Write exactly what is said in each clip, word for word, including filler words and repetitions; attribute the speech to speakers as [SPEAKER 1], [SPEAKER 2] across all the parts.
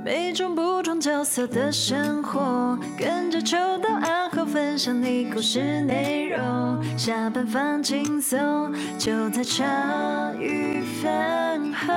[SPEAKER 1] 每种不同角色的生活，跟着秋到暗号分享你故事内容。下班放轻松，就在茶余饭后。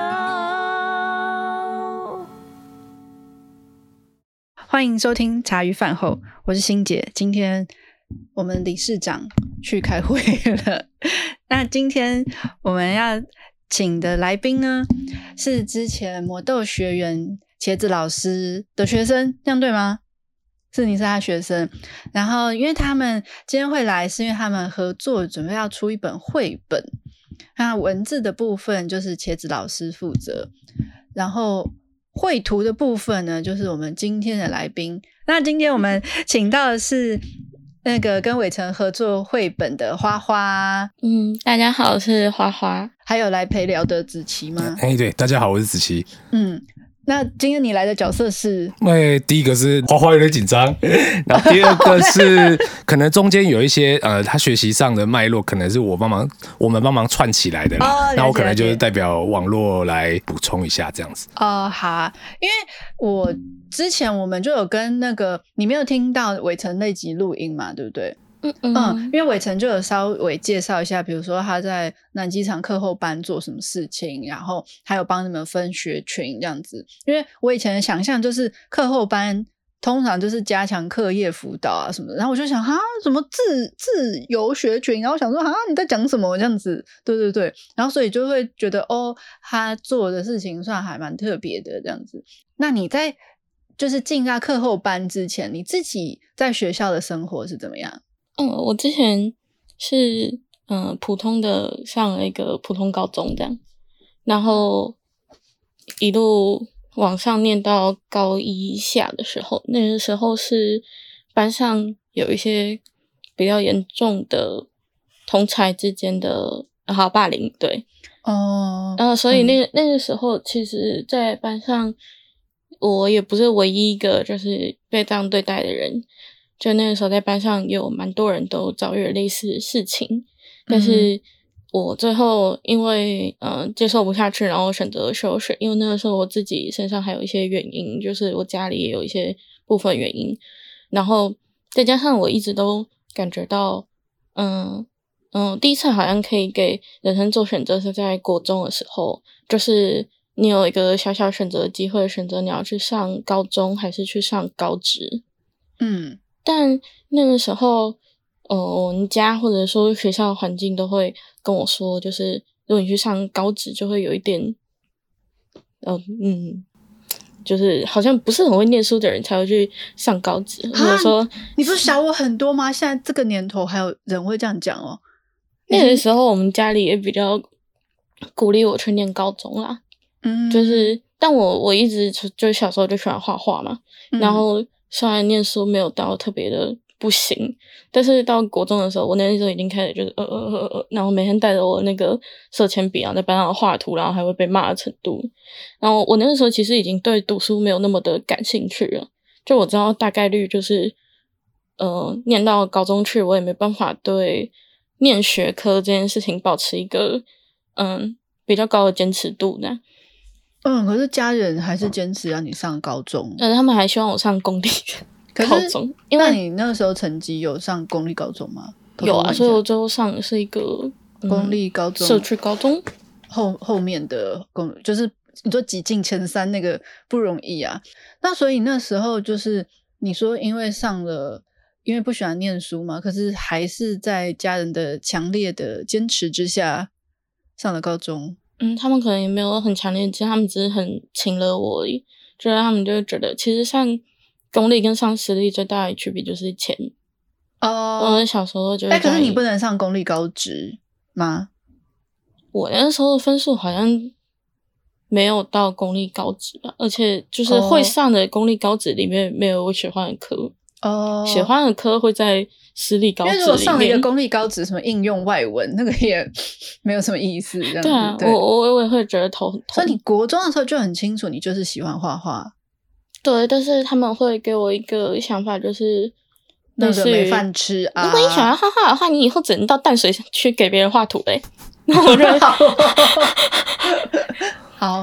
[SPEAKER 2] 欢迎收听茶余饭后，我是欣姐。今天我们理事长去开会了，那今天我们要请的来宾呢，是之前魔豆学园茄子老师的学生，这样对吗？是，你是他学生。然后因为他们今天会来，是因为他们合作准备要出一本绘本，那文字的部分就是茄子老师负责，然后绘图的部分呢，就是我们今天的来宾。那今天我们请到的是那个跟伟成合作绘本的花花。
[SPEAKER 3] 嗯，大家好，我是花花。
[SPEAKER 2] 还有来陪聊的子琪吗？
[SPEAKER 4] 哎，对，大家好，我是子琪。
[SPEAKER 2] 嗯，那今天你来的角色是？
[SPEAKER 4] 哎，第一个是花花有点紧张，然后第二个是可能中间有一些呃，他学习上的脉络，可能是我帮忙，我们帮忙串起来的啦。
[SPEAKER 2] 哦，
[SPEAKER 4] 那我可能就是代表网络来补充一下这样子。
[SPEAKER 2] 哦，好啊，因为我之前我们就有跟那个，你没有听到伟成那集录音嘛，对不对？
[SPEAKER 3] 嗯嗯
[SPEAKER 2] 嗯，因为伟成就有稍微介绍一下，比如说他在南机场课后班做什么事情，然后还有帮你们分学群这样子。因为我以前的想象就是课后班通常就是加强课业辅导啊什么的，然后我就想哈，什么自自由学群，然后想说哈你在讲什么这样子，对对对，然后所以就会觉得哦，他做的事情算还蛮特别的这样子。那你在就是进到课后班之前，你自己在学校的生活是怎么样？
[SPEAKER 3] 嗯，我之前是嗯、呃、普通的上了一个普通高中这样，然后一路往上念到高一下的时候，那个时候是班上有一些比较严重的同侪之间的好霸凌，对
[SPEAKER 2] 哦，
[SPEAKER 3] 然后所以那个、
[SPEAKER 2] 嗯、
[SPEAKER 3] 那个时候，其实在班上我也不是唯一一个就是被这样对待的人。就那个时候在班上有蛮多人都遭遇了类似的事情，但是我最后因为呃接受不下去，然后选择休学，因为那个时候我自己身上还有一些原因，就是我家里也有一些部分原因，然后再加上我一直都感觉到嗯嗯第一次好像可以给人生做选择是在国中的时候，就是你有一个小小选择的机会，选择你要去上高中还是去上高职。
[SPEAKER 2] 嗯，
[SPEAKER 3] 但那个时候呃，我们家或者说学校的环境都会跟我说，就是如果你去上高职就会有一点呃嗯就是好像不是很会念书的人才会去上高职，或者说
[SPEAKER 2] 你不是小我很多吗？现在这个年头还有人会这样讲哦。
[SPEAKER 3] 那个时候我们家里也比较鼓励我去念高中啦，嗯，就是但我我一直就小时候就喜欢画画嘛，嗯，然后虽然念书没有到特别的不行，但是到国中的时候，我那时候已经开始就是呃呃呃呃，然后每天带着我那个色铅笔啊，在班上画图，然后还会被骂的程度。然后我那个时候其实已经对读书没有那么的感兴趣了，就我知道大概率就是呃念到高中去，我也没办法对念学科这件事情保持一个嗯比较高的坚持度的。
[SPEAKER 2] 嗯，可是家人还是坚持让你上高中，
[SPEAKER 3] 呃，他们还希望我上公立高中。因为
[SPEAKER 2] 那你那个时候成绩有上公立高中吗？
[SPEAKER 3] 有啊，所以我最后上的是一个、嗯、
[SPEAKER 2] 公立高中，
[SPEAKER 3] 社区高中
[SPEAKER 2] 后后面的公，就是你说挤进前三那个不容易啊。那所以那时候就是你说因为上了，因为不喜欢念书嘛，可是还是在家人的强烈的坚持之下上了高中。
[SPEAKER 3] 嗯，他们可能也没有很强烈的，其实他们只是很请了我而已，就是他们就会觉得其实上公立跟上私立最大的区别就是钱。哦，我小时候就
[SPEAKER 2] 哎，可是你不能上公立高职吗？
[SPEAKER 3] 我那时候的分数好像没有到公立高职吧，而且就是会上的公立高职里面没有我喜欢的科。哦，喜欢的科会在私立高职里面。因为如果上了一个
[SPEAKER 2] 公立高职，什么应用外文，那个也没有什么意思。这样子。
[SPEAKER 3] 对啊，对我我我也会觉得头很痛。
[SPEAKER 2] 所以你国中的时候就很清楚，你就是喜欢画画。
[SPEAKER 3] 对，但是他们会给我一个想法，就是
[SPEAKER 2] 那个没饭吃啊。
[SPEAKER 3] 如果你喜欢画画的话，你以后只能到淡水去给别人画图嘞。然后我就
[SPEAKER 2] 好，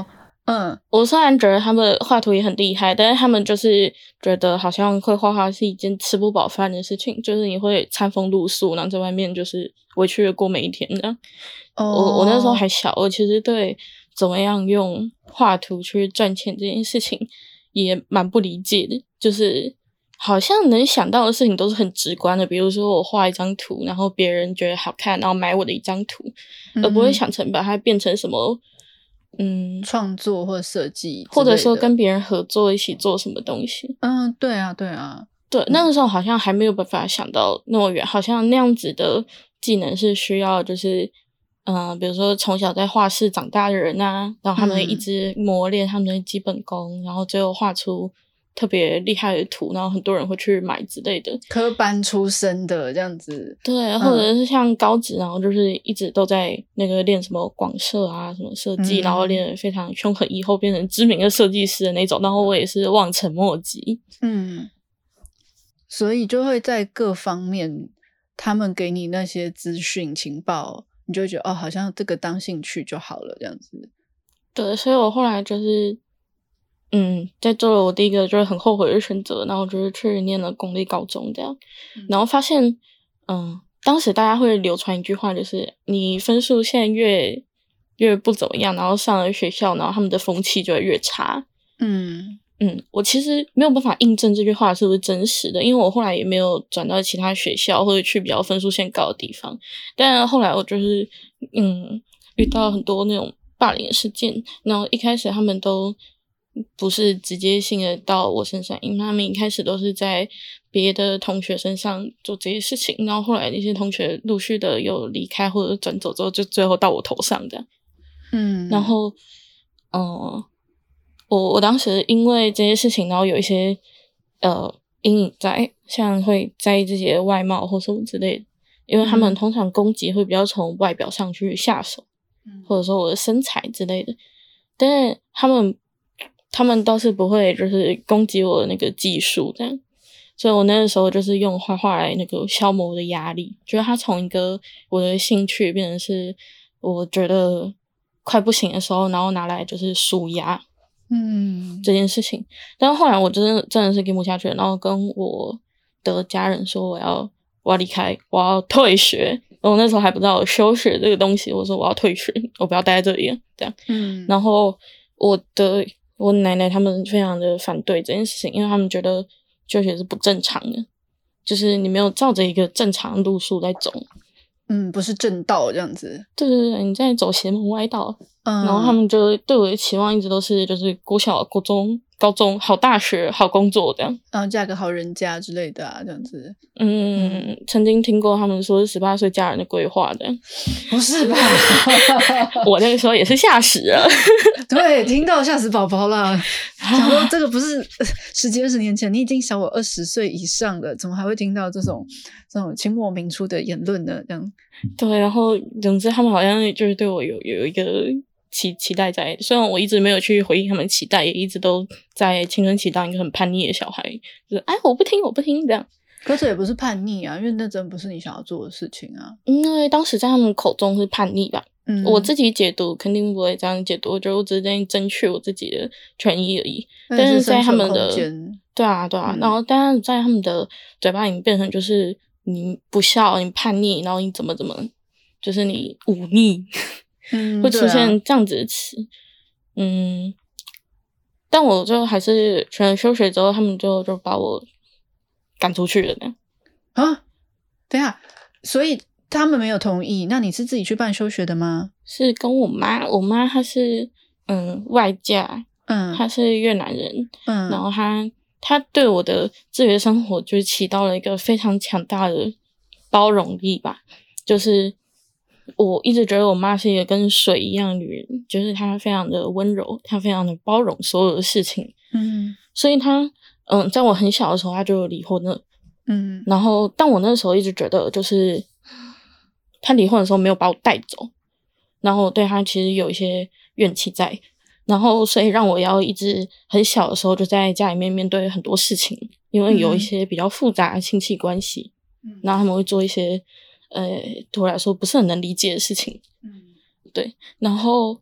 [SPEAKER 2] 嗯，
[SPEAKER 3] 我虽然觉得他们画图也很厉害，但是他们就是觉得好像会画画是一件吃不饱饭的事情，就是你会餐风露宿，然后在外面就是委屈的过每一天这样。
[SPEAKER 2] 哦，
[SPEAKER 3] 我我那时候还小，我其实对怎么样用画图去赚钱这件事情也蛮不理解的，就是好像能想到的事情都是很直观的，比如说我画一张图，然后别人觉得好看，然后买我的一张图，
[SPEAKER 2] 嗯、
[SPEAKER 3] 而不会想成把它变成什么嗯
[SPEAKER 2] 创作或设计，
[SPEAKER 3] 或者说跟别人合作一起做什么东西。
[SPEAKER 2] 嗯，对啊对啊，
[SPEAKER 3] 对，那个时候好像还没有办法想到那么远，好像那样子的技能是需要就是嗯、呃，比如说从小在画室长大的人啊，然后他们一直磨练他们的基本功，嗯、然后最后画出特别厉害的图，然后很多人会去买之类的。
[SPEAKER 2] 科班出身的这样子，
[SPEAKER 3] 对，或者是像高职，然后就是一直都在那个练什么广设啊，什么设计，嗯、然后练得非常凶狠，以后变成知名的设计师的那种。然后我也是望尘莫及。
[SPEAKER 2] 嗯，所以就会在各方面，他们给你那些资讯情报，你就会觉得哦，好像这个当兴趣就好了这样子。对，
[SPEAKER 3] 所以我后来就是。嗯，在做了我第一个就是很后悔的选择，然后就是去念了公立高中这样，嗯、然后发现，嗯，当时大家会流传一句话，就是你分数现在越越不怎么样，然后上了学校，然后他们的风气就会越差。嗯嗯，我其实没有办法印证这句话是不是真实的，因为我后来也没有转到其他学校或者去比较分数线高的地方，但后来我就是嗯遇到很多那种霸凌的事件，然后一开始他们都。不是直接性的到我身上，因为他们一开始都是在别的同学身上做这些事情，然后后来那些同学陆续的有离开或者转走之后，就最后到我头上的。嗯，然后，嗯、呃，我我当时因为这些事情，然后有一些呃阴影在，像会在意自己的外貌或什么之类的，因为他们通常攻击会比较从外表上去下手，嗯、或者说我的身材之类的，但是他们。他们倒是不会就是攻击我的那个技术这样，所以我那个时候就是用画画来那个消磨我的压力，觉得它从一个我的兴趣变成是我觉得快不行的时候，然后拿来就是抒压，嗯，这件事情。但是后来我真的真的是跟不下去了，然后跟我的家人说我要我要离开，我要退学。我那时候还不知道我休学这个东西，我说我要退学，我不要待在这里了，这样。嗯，然后我的。我奶奶他们非常的反对这件事情，因为他们觉得休学是不正常的，就是你没有照着一个正常的路数在走，
[SPEAKER 2] 嗯，不是正道这样子。
[SPEAKER 3] 对对对，你在走邪门歪道。嗯，然后他们就对我的期望一直都是就是国小、国中、高中好大学、好工作这样，
[SPEAKER 2] 然后嫁个好人家之类的啊，这样子。
[SPEAKER 3] 嗯，嗯曾经听过他们说是十八岁嫁人的规划的，
[SPEAKER 2] 不是吧？
[SPEAKER 3] 我那个时候也是吓死了。
[SPEAKER 2] 对，听到吓死宝宝了。想说这个不是十几二十年前，你已经小我二十岁以上了，怎么还会听到这种这种清末明初的言论呢？这样。
[SPEAKER 3] 对，然后总之他们好像就是对我有有一个。期期待在，虽然我一直没有去回应他们期待，也一直都在青春期当一个很叛逆的小孩，就是哎我不听我不听这样。
[SPEAKER 2] 可是也不是叛逆啊，因为那真不是你想要做的事情啊。
[SPEAKER 3] 因为当时在他们口中是叛逆吧，嗯，我自己解读肯定不会这样解读，我觉得我只是在争取我自己的权益而已。但是在他们的对啊对啊、嗯，然后但是在他们的嘴巴里面变成就是你不孝，你叛逆，然后你怎么怎么，就是你忤逆。嗯，会出现这样子的词，嗯，但我最后还是全休学之后，他们就就把我赶出去了呢。
[SPEAKER 2] 啊，等一下，所以他们没有同意，那你是自己去办休学的吗？
[SPEAKER 3] 是跟我妈，我妈她是嗯外嫁，嗯，她是越南人，嗯，然后她她对我的自学生活就是起到了一个非常强大的包容力吧，就是。我一直觉得我妈是一个跟水一样的女人，就是她非常的温柔，她非常的包容所有的事情。嗯，所以她，嗯，在我很小的时候，她就离婚了。嗯，然后，但我那时候一直觉得，就是她离婚的时候没有把我带走，然后我对她其实有一些怨气在，然后所以让我要一直很小的时候就在家里面面对很多事情，因为有一些比较复杂的亲戚关系，嗯，然后他们会做一些。呃，对我来说不是很能理解的事情，嗯，对，然后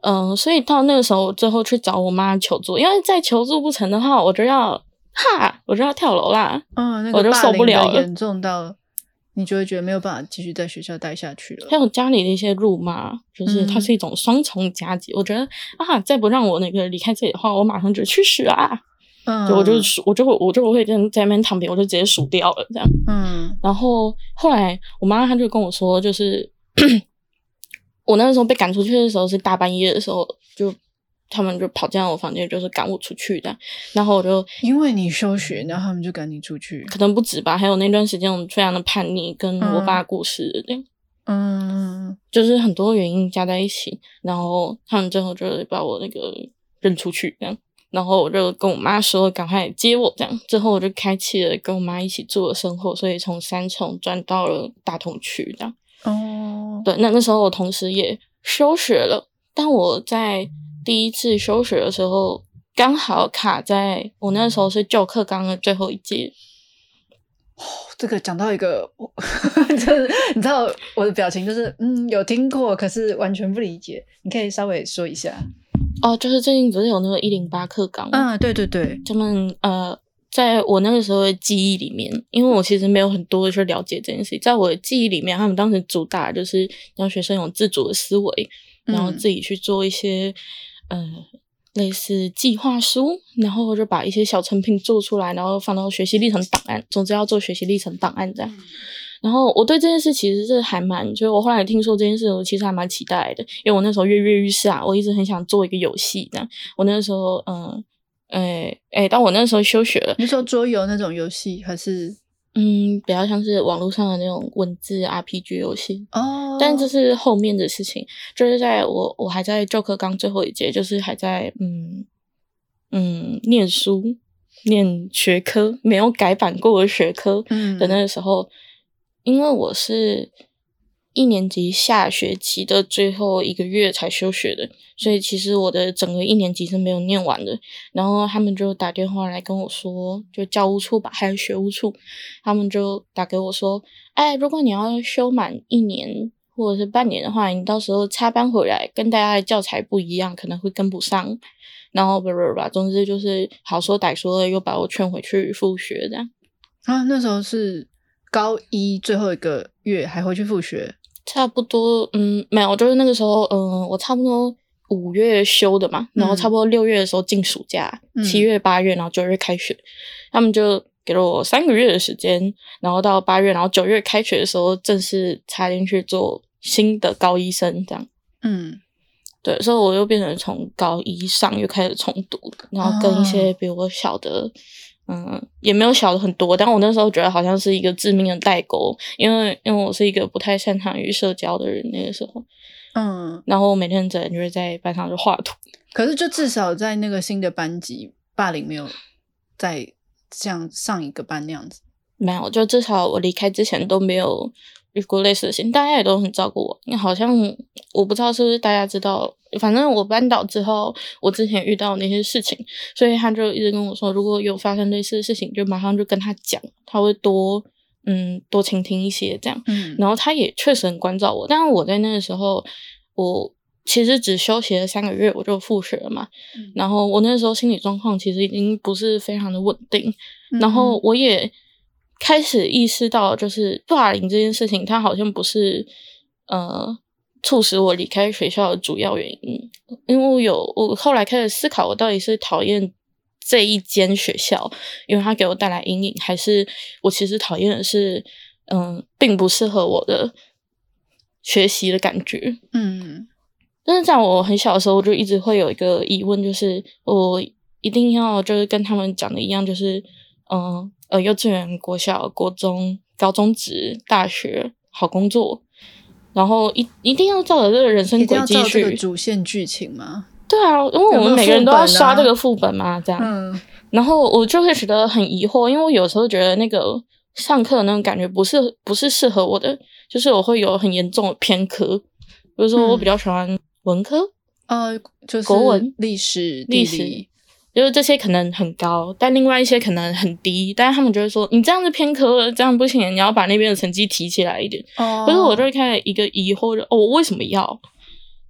[SPEAKER 3] 嗯、呃，所以到那个时候，我最后去找我妈求助，因为再求助不成的话，我就要哈，我就要跳楼啦。
[SPEAKER 2] 嗯，那个
[SPEAKER 3] 我就受不了了，
[SPEAKER 2] 严重到你就会觉得没有办法继续在学校待下去了。
[SPEAKER 3] 还有家里的一些辱骂，就是它是一种双重夹击。嗯、我觉得啊，再不让我那个离开这里的话，我马上就去死啊！嗯，就我就数，我就我就会在在那边躺平，我就直接数掉了这样。嗯，然后后来我妈她就跟我说，就是我那个时候被赶出去的时候是大半夜的时候，就他们就跑进来我房间，就是赶我出去的。然后我就
[SPEAKER 2] 因为你休学，然后他们就赶你出去，
[SPEAKER 3] 可能不止吧。还有那段时间我非常的叛逆，跟我爸过世这样。
[SPEAKER 2] 嗯，
[SPEAKER 3] 就是很多原因加在一起，然后他们最后就把我那个扔出去这样。然后我就跟我妈说赶快接我这样，之后我就开启了跟我妈一起住的生活，所以从三重转到了大同区这样。哦，对，那那时候我同时也休学了，但我在第一次休学的时候刚好卡在我那时候是旧课纲的最后一届。
[SPEAKER 2] 哦，这个讲到一个就是你知道我的表情就是嗯有听过，可是完全不理解，你可以稍微说一下。
[SPEAKER 3] 哦，就是最近不是有那个一零八课纲
[SPEAKER 2] 啊？对对对，
[SPEAKER 3] 他们呃，在我那个时候的记忆里面，因为我其实没有很多的去了解这件事情，在我的记忆里面，他们当时主打就是让学生有自主的思维，然后自己去做一些、嗯、呃类似计划书，然后就把一些小成品做出来，然后放到学习历程档案，总之要做学习历程档案这样。嗯，然后我对这件事其实是还蛮，就是我后来听说这件事，我其实还蛮期待的，因为我那时候跃跃欲试啊，我一直很想做一个游戏这样。我那时候，嗯，诶诶，当我那时候休学了，
[SPEAKER 2] 你说桌游那种游戏还是？
[SPEAKER 3] 嗯，比较像是网络上的那种文字 R P G 游戏哦，但这是后面的事情，就是在我我还在旧课纲最后一届，就是还在嗯嗯念书念学科没有改版过的学科的那个时候。嗯，因为我是一年级下学期的最后一个月才休学的，所以其实我的整个一年级是没有念完的。然后他们就打电话来跟我说，就教务处吧，还有学务处，他们就打给我说，哎，如果你要修满一年或者是半年的话，你到时候插班回来跟大家的教材不一样，可能会跟不上。然后吧吧吧，总之就是好说歹说的，又把我劝回去复学这样。
[SPEAKER 2] 啊，那时候是高一最后一个月还回去复学？
[SPEAKER 3] 差不多，嗯，没有，就是那个时候，嗯，我差不多五月休的嘛，然后差不多六月的时候进暑假，嗯，七月、八月，然后九月开学，他们就给了我三个月的时间，然后到八月，然后九月开学的时候正式插进去做新的高一生，这样，嗯，对，所以我又变成从高一上又开始重读，然后跟一些比我小的。嗯，也没有小的很多，但我那时候觉得好像是一个致命的代沟，因为因为我是一个不太擅长于社交的人，那个时候，嗯，然后我每天整天就是在班上就画图。
[SPEAKER 2] 可是就至少在那个新的班级，霸凌没有再像上一个班那样子，
[SPEAKER 3] 没有，就至少我离开之前都没有遇过类似的事情，大家也都很照顾我。因为好像我不知道是不是大家知道，反正我搬倒之后，我之前遇到那些事情，所以他就一直跟我说，如果有发生类似的事情，就马上就跟他讲，他会多嗯多倾听一些这样。嗯，然后他也确实很关照我，但是我在那个时候，我其实只休息了三个月，我就复学了嘛。嗯，然后我那时候心理状况其实已经不是非常的稳定，嗯，然后我也开始意识到，就是霸凌这件事情，它好像不是呃促使我离开学校的主要原因。因为我有我后来开始思考，我到底是讨厌这一间学校，因为它给我带来阴影，还是我其实讨厌的是嗯、呃，并不适合我的学习的感觉。嗯，但是在我很小的时候，我就一直会有一个疑问，就是我一定要就是跟他们讲的一样，就是嗯。呃，幼稚园、国小、国中、高中职、大学，好工作，然后一一定要照着这个人生轨迹去。
[SPEAKER 2] 一定要照这个主线剧情吗？
[SPEAKER 3] 对啊，因为我们每个人都要刷这个副本嘛，这样。嗯。然后我就会觉得很疑惑，因为我有时候觉得那个上课的那种感觉不是不是适合我的，就是我会有很严重的偏科，比如说我比较喜欢文科，
[SPEAKER 2] 呃、嗯，就是
[SPEAKER 3] 国文、
[SPEAKER 2] 历史、
[SPEAKER 3] 历史。就是这些可能很高，但另外一些可能很低，但是他们就会说你这样是偏科了，这样不行，你要把那边的成绩提起来一点。哦，可是我就会开始一个疑惑，哦，我为什么要？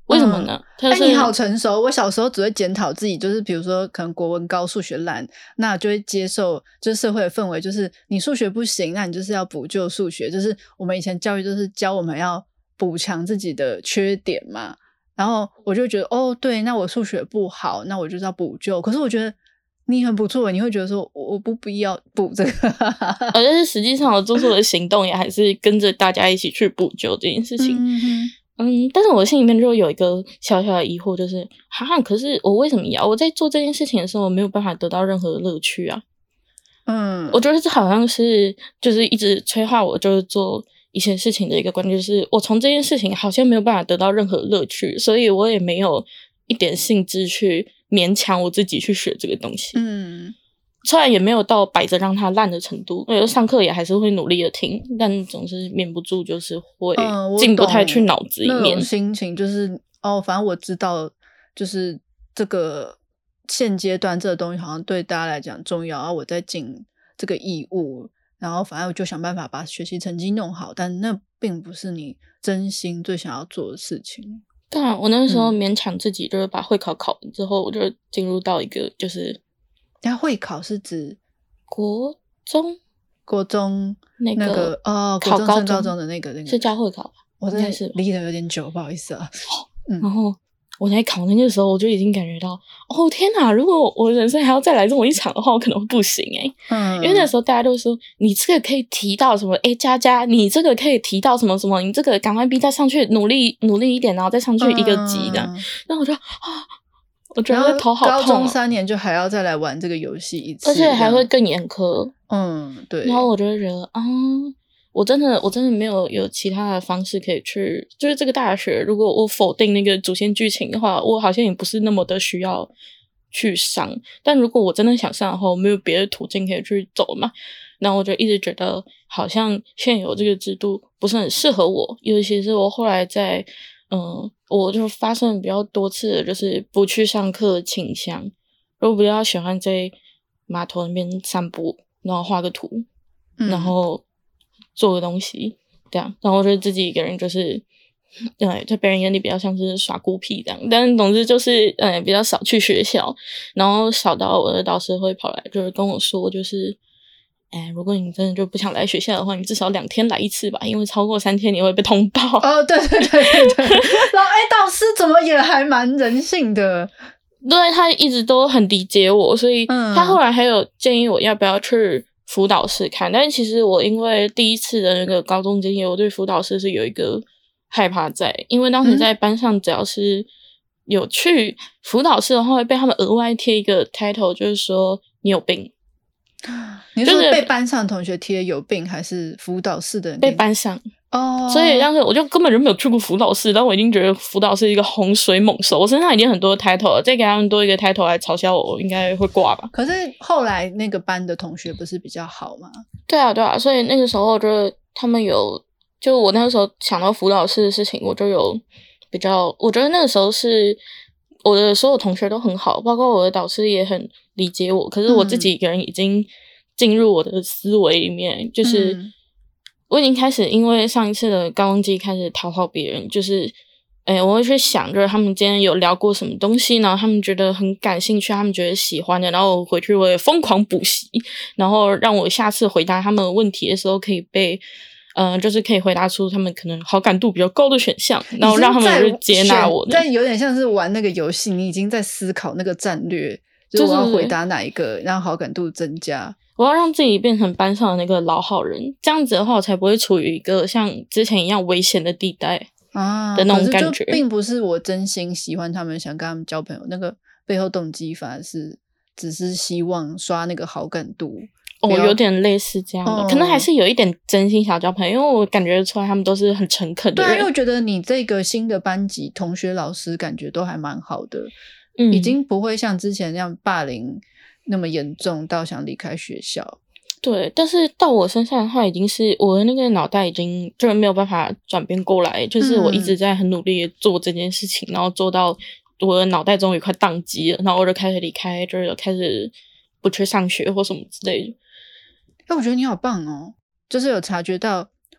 [SPEAKER 3] 为什么呢？
[SPEAKER 2] 哎、
[SPEAKER 3] 他是
[SPEAKER 2] 你好成熟。我小时候只会检讨自己，就是比如说可能国文高数学烂，那就会接受就是社会的氛围，就是你数学不行，那你就是要补救数学，就是我们以前教育就是教我们要补强自己的缺点嘛。然后我就觉得哦对，那我数学不好，那我就是要补救。可是我觉得你很不错，你会觉得说我不必要补这个
[SPEAKER 3] 而但是实际上我做出的行动也还是跟着大家一起去补救这件事情。
[SPEAKER 2] 嗯哼
[SPEAKER 3] 嗯，但是我心里面就有一个小小的疑惑，就是哈哈，可是我为什么要我在做这件事情的时候，我没有办法得到任何的乐趣啊？
[SPEAKER 2] 嗯，
[SPEAKER 3] 我觉得这好像是就是一直催化我就是做一些事情的一个关键，就是我从这件事情好像没有办法得到任何乐趣，所以我也没有一点兴致去勉强我自己去学这个东西。
[SPEAKER 2] 嗯。
[SPEAKER 3] 虽然也没有到摆着让它烂的程度，因为上课也还是会努力的听，但总是免不住就是会进不太去脑子里面。
[SPEAKER 2] 嗯、那种心情就是哦，反正我知道，就是这个现阶段这个东西好像对大家来讲重要，然后我在尽这个义务，然后反正我就想办法把学习成绩弄好，但那并不是你真心最想要做的事情。
[SPEAKER 3] 对啊，我那时候勉强自己就是把会考考完之后，我就进入到一个就是
[SPEAKER 2] 那会考是指
[SPEAKER 3] 国中
[SPEAKER 2] 国中
[SPEAKER 3] 那个、
[SPEAKER 2] 那个哦，
[SPEAKER 3] 考高中
[SPEAKER 2] 国中升高中的那个那个
[SPEAKER 3] 是叫会考吧？
[SPEAKER 2] 我真的
[SPEAKER 3] 是
[SPEAKER 2] 离得有点久，不好意思啊。嗯，
[SPEAKER 3] 然后我在考那个时候，我就已经感觉到，哦天哪！如果我人生还要再来这么一场的话，我可能会不行诶、欸、嗯，因为那时候大家都说，你这个可以提到什么 A 加加，你这个可以提到什么什么，你这个赶快逼再上去，努力努力一点，然后再上去一个级的。嗯、然后我就啊。我觉得头好痛、啊、
[SPEAKER 2] 高中三年就还要再来玩这个游戏一次，
[SPEAKER 3] 而且还会更严苛。
[SPEAKER 2] 嗯，对。
[SPEAKER 3] 然后我就会觉得啊、嗯，我真的我真的没有有其他的方式可以去，就是这个大学，如果我否定那个主线剧情的话，我好像也不是那么的需要去上。但如果我真的想上的话，我没有别的途径可以去走嘛。然后我就一直觉得，好像现有这个制度不是很适合我，尤其是我后来在。嗯，我就发生比较多次的就是不去上课的倾向，我比较喜欢在码头那边散步，然后画个图、嗯、然后做个东西这样，然后我觉得自己一个人就是对，在别人眼里比较像是耍孤僻这样，但总之就是呃比较少去学校，然后少到我的导师会跑来就是跟我说，就是哎，如果你真的就不想来学校的话，你至少两天来一次吧，因为超过三天你会被通报。
[SPEAKER 2] 哦，对对对对对。然后哎，导师怎么也还蛮人性的，
[SPEAKER 3] 对，他一直都很理解我，所以他后来还有建议我要不要去辅导室看。嗯、但是其实我因为第一次的那个高中经验，我对辅导室是有一个害怕在，因为当时在班上只要是有去辅导室的话，会被他们额外贴一个 title， 就是说你有病。
[SPEAKER 2] 你是被班上同学贴有病，还是辅导室的人
[SPEAKER 3] 被班上？
[SPEAKER 2] 哦，
[SPEAKER 3] 所以当时我就根本就没有去过辅导室，但我已经觉得辅导是一个洪水猛兽，我身上已经很多 title 了，再给他们多一个 title 来嘲笑我，我应该会挂吧。
[SPEAKER 2] 可是后来那个班的同学不是比较好吗？
[SPEAKER 3] 对啊，对啊，所以那个时候就他们有，就我那个时候想到辅导室的事情，我就有比较，我觉得那个时候是我的所有同学都很好，包括我的导师也很理解我，可是我自己一个人已经进入我的思维里面，嗯、就是我已经开始因为上一次的高中季开始讨好别人，就是诶、欸、我会去想就是他们今天有聊过什么东西，然后他们觉得很感兴趣，他们觉得喜欢的，然后我回去我也疯狂补习，然后让我下次回答他们问题的时候可以被嗯、呃，就是可以回答出他们可能好感度比较高的选项，然后让他们就接纳我的。
[SPEAKER 2] 但有点像是玩那个游戏，你已经在思考那个战略，就是我要回答哪一个让好感度增加。
[SPEAKER 3] 我要让自己变成班上的那个老好人，这样子的话，我才不会处于一个像之前一样危险的地带啊的那种感觉。
[SPEAKER 2] 可是就并不是我真心喜欢他们，想跟他们交朋友，那个背后动机反而是只是希望刷那个好感度。
[SPEAKER 3] 哦，有点类似这样的、嗯，可能还是有一点真心想交朋友，因为我感觉出来他们都是很诚恳的人。
[SPEAKER 2] 对啊，因为我觉得你这个新的班级同学老师感觉都还蛮好的，嗯，已经不会像之前那样霸凌那么严重到想离开学校。
[SPEAKER 3] 对，但是到我身上的话，已经是我的那个脑袋已经就是没有办法转变过来，就是我一直在很努力的做这件事情，嗯、然后做到我的脑袋终于快宕机了，然后我就开始离开，就是开始不去上学或什么之类的。
[SPEAKER 2] 哎，我觉得你好棒哦，就是有察觉到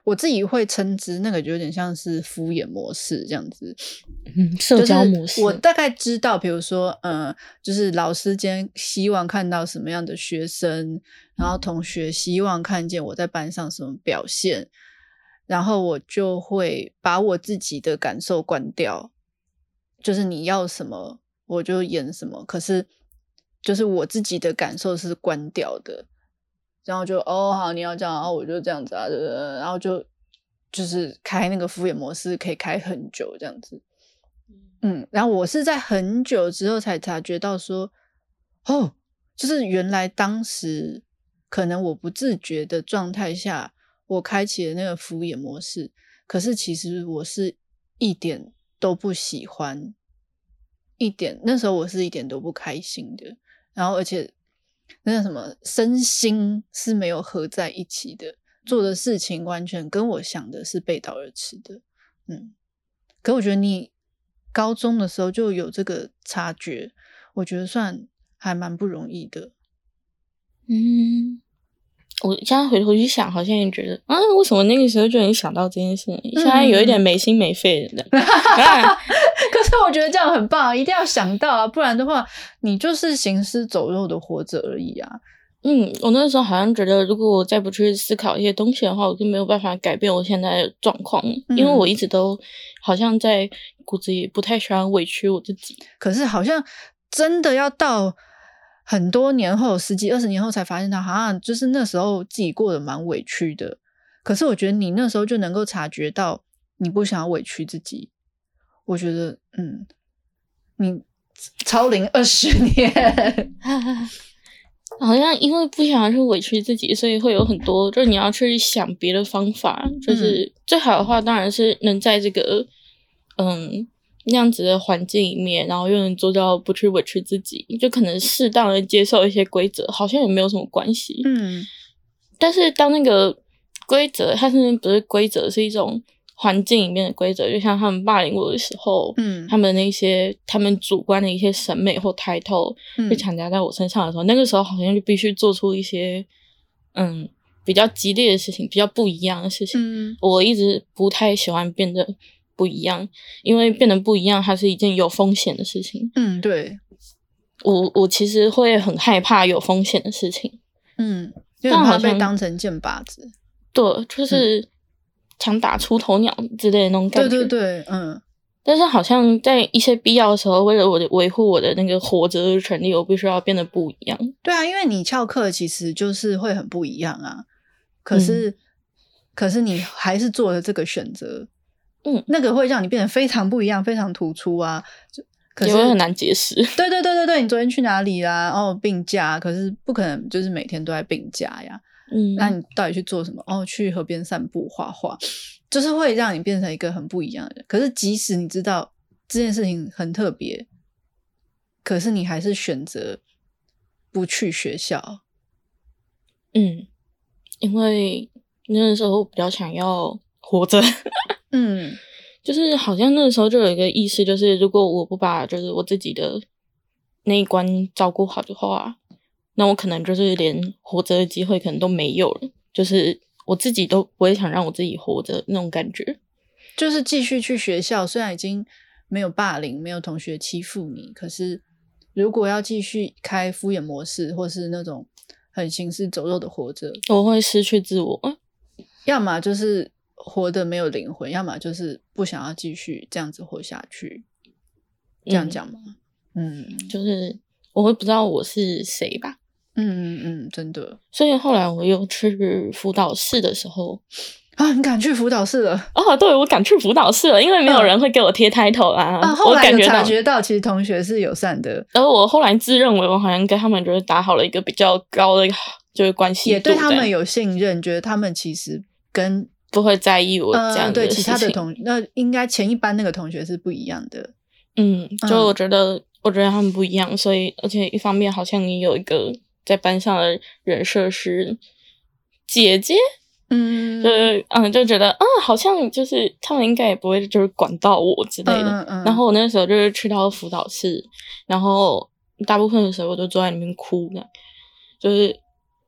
[SPEAKER 2] 我自己会称之那个就有点像是敷衍模式这样子，
[SPEAKER 3] 嗯，社交模式。
[SPEAKER 2] 就是、我大概知道，比如说，呃，就是老师今天希望看到什么样的学生，然后同学希望看见我在班上什么表现，然后我就会把我自己的感受关掉，就是你要什么我就演什么，可是就是我自己的感受是关掉的。然后就哦好，你要这样，然后我就这样子啊，然后就就是开那个敷衍模式，可以开很久这样子。嗯，然后我是在很久之后才察觉到说，哦，就是原来当时可能我不自觉的状态下，我开启了那个敷衍模式，可是其实我是一点都不喜欢，一点那时候我是一点都不开心的，然后而且。那什么身心是没有合在一起的，做的事情完全跟我想的是背道而驰的。嗯，可我觉得你高中的时候就有这个察觉，我觉得算还蛮不容易的。
[SPEAKER 3] 嗯，我现在回头去想，好像也觉得啊，为什么那个时候就能想到这件事？现在有一点没心没肺的。嗯
[SPEAKER 2] 可是我觉得这样很棒，一定要想到啊，不然的话，你就是行尸走肉的活着而已啊。
[SPEAKER 3] 嗯，我那时候好像觉得，如果我再不去思考一些东西的话，我就没有办法改变我现在的状况，嗯、因为我一直都好像在骨子里不太喜欢委屈我自己。
[SPEAKER 2] 可是好像真的要到很多年后，十几二十年后才发现他好像就是那时候自己过得蛮委屈的。可是我觉得你那时候就能够察觉到你不想要委屈自己，我觉得嗯，你超龄二十年。
[SPEAKER 3] 好像因为不想要去委屈自己，所以会有很多就是你要去想别的方法，就是最好的话当然是能在这个嗯那样子的环境里面，然后又能做到不去委屈自己，就可能适当的接受一些规则，好像也没有什么关系。
[SPEAKER 2] 嗯，
[SPEAKER 3] 但是当那个规则它甚至不是规则，是一种环境里面的规则，就像他们霸凌我的时候，嗯，他们那些他们主观的一些审美或抬头被强加在我身上的时候，嗯，那个时候好像就必须做出一些嗯比较激烈的事情，比较不一样的事情。嗯，我一直不太喜欢变得不一样，因为变得不一样，它是一件有风险的事情。
[SPEAKER 2] 嗯，对，
[SPEAKER 3] 我我其实会很害怕有风险的事情。
[SPEAKER 2] 嗯，因为很怕被当成箭靶子。
[SPEAKER 3] 对，就是。嗯强打出头鸟之类的那种感觉，
[SPEAKER 2] 对对对，嗯。
[SPEAKER 3] 但是好像在一些必要的时候，为了我的维护我的那个活着的权利，我必须要变得不一样。
[SPEAKER 2] 对啊，因为你翘课其实就是会很不一样啊。可是，嗯、可是你还是做了这个选择，嗯，那个会让你变得非常不一样，非常突出啊。可是
[SPEAKER 3] 也会很难解释。
[SPEAKER 2] 对对对对对，你昨天去哪里啦？哦，病假，可是不可能就是每天都在病假呀。嗯，那你到底去做什么？哦，去河边散步、画画，就是会让你变成一个很不一样的人。可是即使你知道这件事情很特别，可是你还是选择不去学校。
[SPEAKER 3] 嗯，因为那个时候比较想要活着。嗯，就是好像那个时候就有一个意识，就是如果我不把就是我自己的那一关照顾好的话，那我可能就是连活着的机会可能都没有了，就是我自己都不会想让我自己活着那种感觉。
[SPEAKER 2] 就是继续去学校，虽然已经没有霸凌，没有同学欺负你，可是如果要继续开敷衍模式，或是那种很行尸走肉的活着，
[SPEAKER 3] 我会失去自我。
[SPEAKER 2] 要么就是活得没有灵魂，要么就是不想要继续这样子活下去。这样讲吗？嗯，
[SPEAKER 3] 嗯，就是我会不知道我是谁吧。
[SPEAKER 2] 嗯嗯嗯，真的。
[SPEAKER 3] 所以后来我又去辅导室的时候
[SPEAKER 2] 啊，你敢去辅导室了？
[SPEAKER 3] 哦，对，我敢去辅导室了，因为没有人会给我贴 title 啊。
[SPEAKER 2] 啊，后来有察觉到其实同学是友善的，
[SPEAKER 3] 而我后来自认为我好像跟他们就是打好了一个比较高的就是关系，
[SPEAKER 2] 也对他们有信任，觉得他们其实跟
[SPEAKER 3] 不会在意我这样的事情。
[SPEAKER 2] 呃、对其他的同那应该前一班那个同学是不一样的。
[SPEAKER 3] 嗯，就我觉得、嗯、我觉得他们不一样，所以而且一方面好像你有一个在班上的人设是姐姐，嗯，就是嗯，就觉得啊，好像就是他们应该也不会就是管到我之类的。嗯嗯、然后我那时候就是去到辅导室，然后大部分的时候我都坐在里面哭的，就是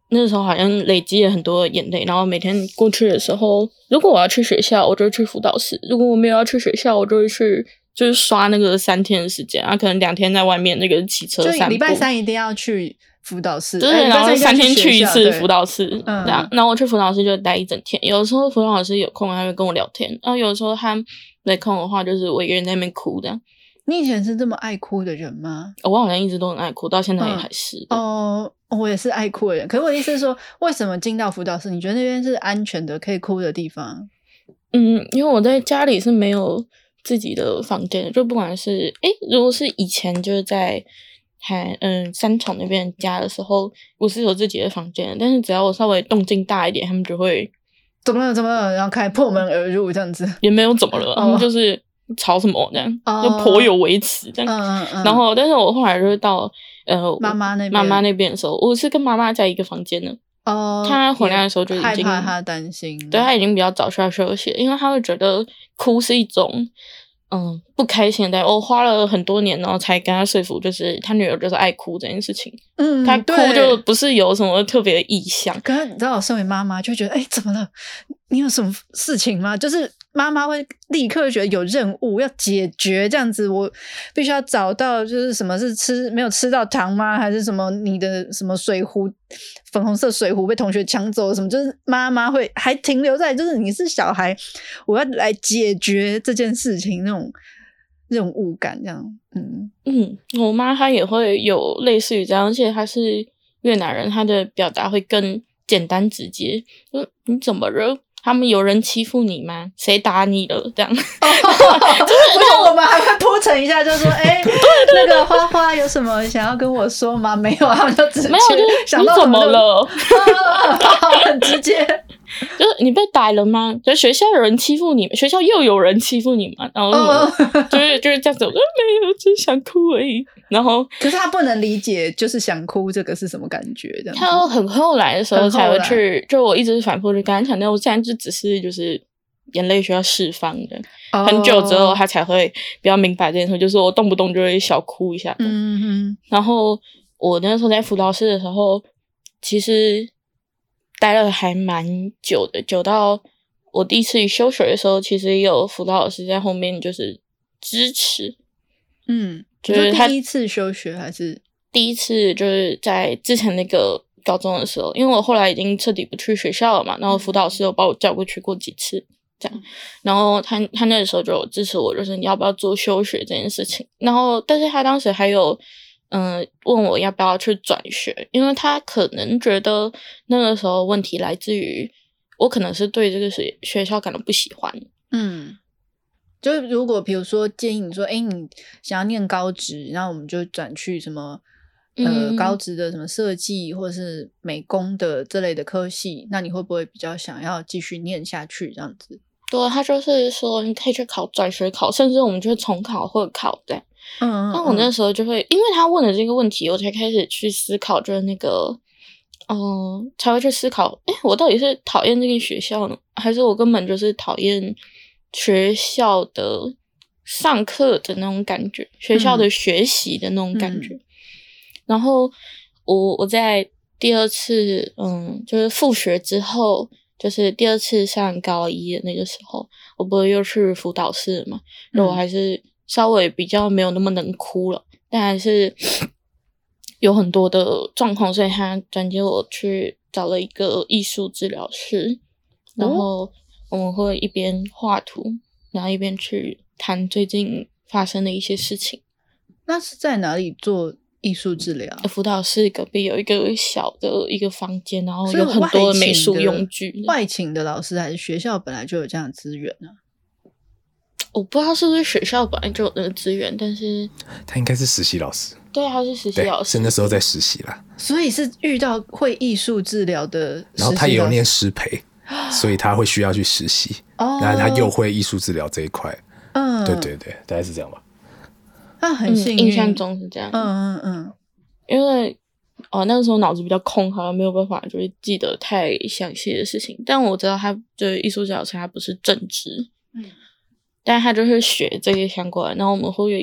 [SPEAKER 3] 那时候好像累积了很多眼泪，然后每天过去的时候，如果我要去学校，我就会去辅导室；如果我没有要去学校，我就会去就是刷那个三天的时间啊，可能两天在外面那个骑车散步。
[SPEAKER 2] 就礼拜三一定要去辅导室，
[SPEAKER 3] 对，
[SPEAKER 2] 哎、
[SPEAKER 3] 然后三天去一次辅
[SPEAKER 2] 导
[SPEAKER 3] 导室，嗯，然后我去辅导室就待一整天。有的时候辅导老师有空，他会跟我聊天；然后有的时候他没空的话，就是我一个人在那边哭这样。
[SPEAKER 2] 你以前是这么爱哭的人吗？
[SPEAKER 3] 我好像一直都很爱哭，到现在也还是。
[SPEAKER 2] 嗯、哦，我也是爱哭的人。可是我的意思是说，为什么进到辅导室，你觉得那边是安全的，可以哭的地方？
[SPEAKER 3] 嗯，因为我在家里是没有自己的房间的，就不管是诶，如果是以前就是在还嗯三重那边家的时候，我是有自己的房间的，但是只要我稍微动静大一点，他们就会
[SPEAKER 2] 怎么了怎么了，然后开始破门而入这样子，
[SPEAKER 3] 也没有怎么了，他们就是吵什么这样，哦、就颇有微词这样。嗯嗯嗯。然后，但是我后来就是到呃
[SPEAKER 2] 妈妈那边
[SPEAKER 3] 妈妈那边的时候，我是跟妈妈在一个房间的。哦。他回来的时候就已经
[SPEAKER 2] 害怕，他担心，
[SPEAKER 3] 对，他已经比较早需要休息了，因为他会觉得哭是一种嗯不开心的。我花了很多年，然后才跟他说服，就是他女儿就是爱哭这件事情。嗯，他哭就不是有什么特别的意向。
[SPEAKER 2] 可是你知道，我身为妈妈就会觉得，哎、欸，怎么了？你有什么事情吗？就是妈妈会立刻觉得有任务要解决，这样子我必须要找到，就是什么是吃没有吃到糖吗？还是什么你的什么水壶粉红色水壶被同学抢走什么？就是妈妈会还停留在就是你是小孩，我要来解决这件事情那种任务感，这样。嗯
[SPEAKER 3] 嗯，我妈她也会有类似于这样，而且她是越南人，她的表达会更简单直接。说你怎么了？他们有人欺负你吗？谁打你了？这样，就是
[SPEAKER 2] 不像我们还会铺陈一下，就说，哎、欸，那个花花有什么想要跟我说吗？没有，他们就直接
[SPEAKER 3] 没有，就是
[SPEAKER 2] 想到
[SPEAKER 3] 你怎么了？
[SPEAKER 2] 很直接，
[SPEAKER 3] 就是你被逮了吗？就学校有人欺负你，学校又有人欺负你嘛？然后就是就是这样子，我说没有，只是想哭而已。然后，
[SPEAKER 2] 可是他不能理解，就是想哭这个是什么感觉？这样子。
[SPEAKER 3] 他很后来的时候才会去，就我一直反复去跟他强调，我现在就只是就是眼泪需要释放的。Oh. 很久之后，他才会比较明白这件事，就是我动不动就会小哭一下。嗯嗯。然后我那时候在辅导室的时候，其实待了还蛮久的，久到我第一次休学的时候，其实也有辅导老师在后面就是支持。嗯。就是他
[SPEAKER 2] 第一次休学还是
[SPEAKER 3] 第一次就是在之前那个高中的时候，因为我后来已经彻底不去学校了嘛，然后辅导老师有把我叫过去过几次这样，然后他他那个时候就有支持我，就是你要不要做休学这件事情，然后但是他当时还有嗯、呃、问我要不要去转学，因为他可能觉得那个时候问题来自于我可能是对这个学学校感到不喜欢。嗯，
[SPEAKER 2] 就是如果比如说建议你说，哎、欸，你想要念高职，然后我们就转去什么呃、嗯、高职的什么设计或者是美工的这类的科系，那你会不会比较想要继续念下去这样子？
[SPEAKER 3] 对，他就是说你可以去考转学考，甚至我们就重考或者考这样。嗯嗯。那我那时候就会，因为他问了这个问题，我才开始去思考，就是那个，嗯、呃，才会去思考，哎，我到底是讨厌这个学校呢，还是我根本就是讨厌学校的上课的那种感觉，学校的学习的那种感觉。嗯、然后我我在第二次嗯，就是复学之后，就是第二次上高一的那个时候，我不是又去辅导室嘛，然后我还是稍微比较没有那么能哭了，但还是有很多的状况，所以他转接我去找了一个艺术治疗师，然后我们会一边画图，然后一边去谈最近发生的一些事情。
[SPEAKER 2] 那是在哪里做艺术治疗？
[SPEAKER 3] 辅导室隔壁有一个小的一个房间，然后有很多美术用具。
[SPEAKER 2] 外请的老师还是学校本来就有这样的资源呢、啊？
[SPEAKER 3] 我不知道是不是学校本来就有那个资源，但是
[SPEAKER 4] 他应该是实习老师。
[SPEAKER 3] 对，他是实习老师，
[SPEAKER 4] 是那时候在实习啦。
[SPEAKER 2] 所以是遇到会艺术治疗的实习老师，
[SPEAKER 4] 然后他也有念师培，所以他会需要去实习。哦，然后他又会艺术治疗这一块。嗯，对对对，大概是这样吧。
[SPEAKER 2] 那很幸运、
[SPEAKER 3] 嗯，印象中是这样。
[SPEAKER 2] 嗯嗯嗯，
[SPEAKER 3] 因为哦那个时候脑子比较空，好像没有办法就会记得太详细的事情。但我知道他就是艺术治疗师，他不是正职，嗯，但他就是学这些相关。然后我们会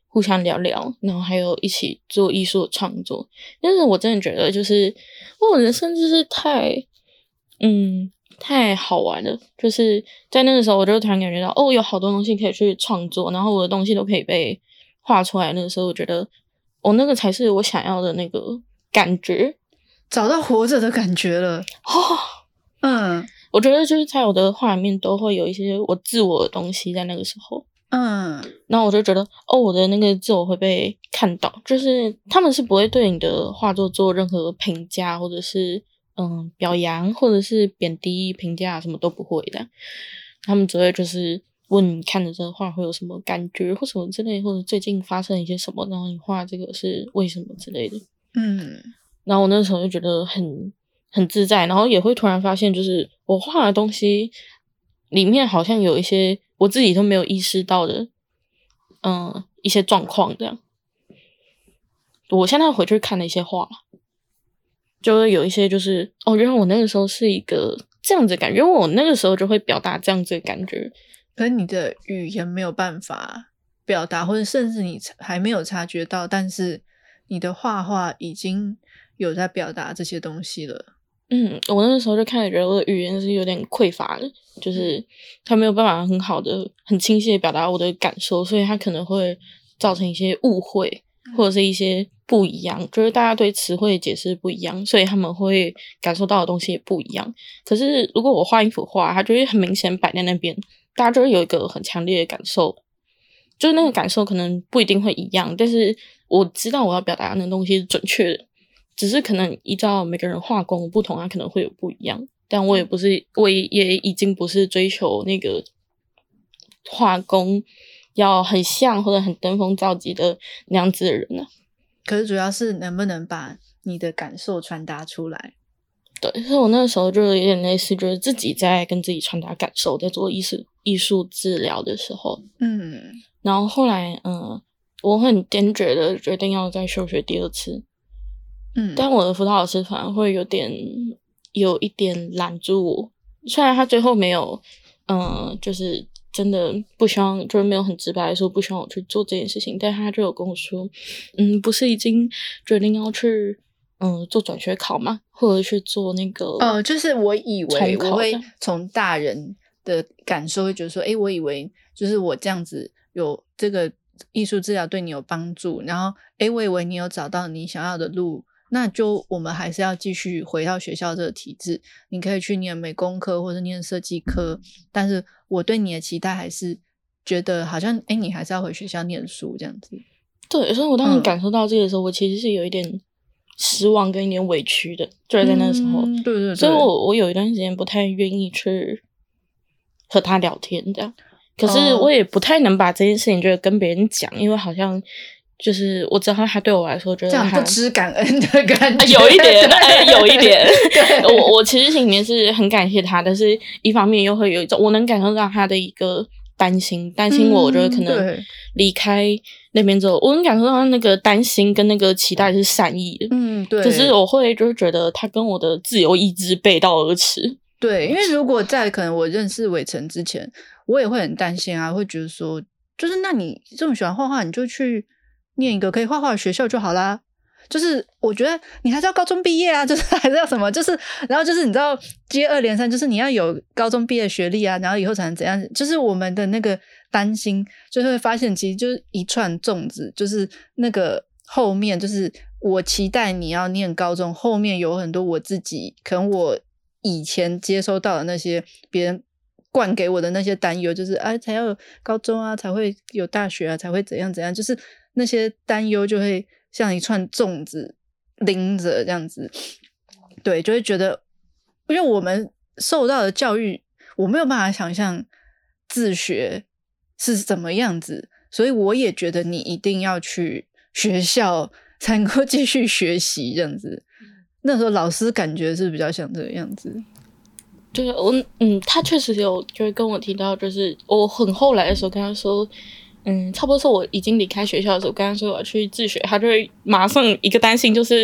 [SPEAKER 3] 互相聊聊，然后还有一起做艺术的创作。但是我真的觉得就是我人生就是太嗯太好玩了，就是在那个时候我就突然感觉到哦有好多东西可以去创作，然后我的东西都可以被画出来。那个时候我觉得哦那个才是我想要的那个感觉，
[SPEAKER 2] 找到活着的感觉了。
[SPEAKER 3] 哦
[SPEAKER 2] 嗯，
[SPEAKER 3] 我觉得就是在我的画里面都会有一些我自我的东西在那个时候。
[SPEAKER 2] 嗯，
[SPEAKER 3] 然后我就觉得哦我的那个自我会被看到，就是他们是不会对你的画作做任何评价或者是嗯表扬或者是贬低评价，什么都不会的。他们只会就是问你看着这个画会有什么感觉或什么之类，或者最近发生一些什么，然后你画这个是为什么之类的。
[SPEAKER 2] 嗯，
[SPEAKER 3] 然后我那时候就觉得很很自在，然后也会突然发现就是我画的东西里面好像有一些我自己都没有意识到的嗯一些状况这样。我现在回去看了一些画，就会有一些就是哦原来我那个时候是一个这样子的感觉，因为我那个时候就会表达这样子的感觉，
[SPEAKER 2] 可是你的语言没有办法表达，或者甚至你还没有察觉到，但是你的画画已经有在表达这些东西了。
[SPEAKER 3] 嗯，我那个时候就开始觉得我的语言是有点匮乏的，就是他没有办法很好的很清晰的表达我的感受，所以他可能会造成一些误会或者是一些不一样，就是大家对词汇的解释不一样，所以他们会感受到的东西也不一样。可是如果我画一幅画，它就会很明显摆在那边，大家就会有一个很强烈的感受，就是那个感受可能不一定会一样，但是我知道我要表达的那个东西是准确的，只是可能依照每个人画工不同，它可能会有不一样。但我也不是，我也已经不是追求那个画工要很像或者很登峰造极的那样子的人了。
[SPEAKER 2] 可是主要是能不能把你的感受传达出来。
[SPEAKER 3] 对，所以我那个时候就有点类似，就是自己在跟自己传达感受，在做艺术艺术治疗的时候。
[SPEAKER 2] 嗯，
[SPEAKER 3] 然后后来嗯，我很坚决的决定要再休学第二次。
[SPEAKER 2] 嗯，
[SPEAKER 3] 但我的辅导老师反而会有点有一点拦住我，虽然他最后没有嗯，就是真的不希望，就是没有很直白的说不希望我去做这件事情，但他就有跟我说嗯，不是已经决定要去嗯做转学考吗，或者去做那个
[SPEAKER 2] 哦，就是我以为我会
[SPEAKER 3] 的
[SPEAKER 2] 从大人的感受会觉得说诶我以为就是我这样子有这个艺术治疗对你有帮助，然后诶我以为你有找到你想要的路，那就我们还是要继续回到学校这个体制，你可以去念美工科或者念设计科，但是我对你的期待还是觉得好像诶你还是要回学校念书这样子。
[SPEAKER 3] 对，所以我当时感受到这个的时候、嗯、我其实是有一点失望跟一点委屈的，就是在那个时候、
[SPEAKER 2] 嗯、对对对，
[SPEAKER 3] 所以我我有一段时间不太愿意去和他聊天这样，可是我也不太能把这件事情就跟别人讲，因为好像就是我知道他对我来说觉得
[SPEAKER 2] 这样不知感恩的感觉、
[SPEAKER 3] 啊、有一点哎，有一点我我其实心里面是很感谢他，但是一方面又会有一种我能感受到他的一个担心担心我、嗯、我觉得可能离开那边之后，我能感受到他那个担心跟那个期待是善意的，
[SPEAKER 2] 嗯，对，
[SPEAKER 3] 可是我会就是觉得他跟我的自由意志背道而驰。
[SPEAKER 2] 对，因为如果在可能我认识伟成之前，我也会很担心啊，会觉得说就是那你这么喜欢画画，你就去念一个可以画画的学校就好啦，就是我觉得你还是要高中毕业啊，就是还是要什么，就是然后就是你知道接二连三，就是你要有高中毕业学历啊，然后以后才能怎样，就是我们的那个担心就会发现其实就是一串粽子，就是那个后面就是我期待你要念高中，后面有很多我自己可能我以前接收到的那些别人灌给我的那些担忧，就是啊才要有高中啊，才会有大学啊，才会怎样怎样，就是那些担忧就会像一串粽子拎着这样子。对，就会觉得因为我们受到的教育我没有办法想象自学是怎么样子，所以我也觉得你一定要去学校才能够继续学习这样子。那时候老师感觉是比较像这个样子。
[SPEAKER 3] 对，我嗯，他确实有就是跟我提到，就是我很后来的时候跟他说，嗯，差不多是我已经离开学校的时候跟他说我要去自学，他就会马上一个担心，就是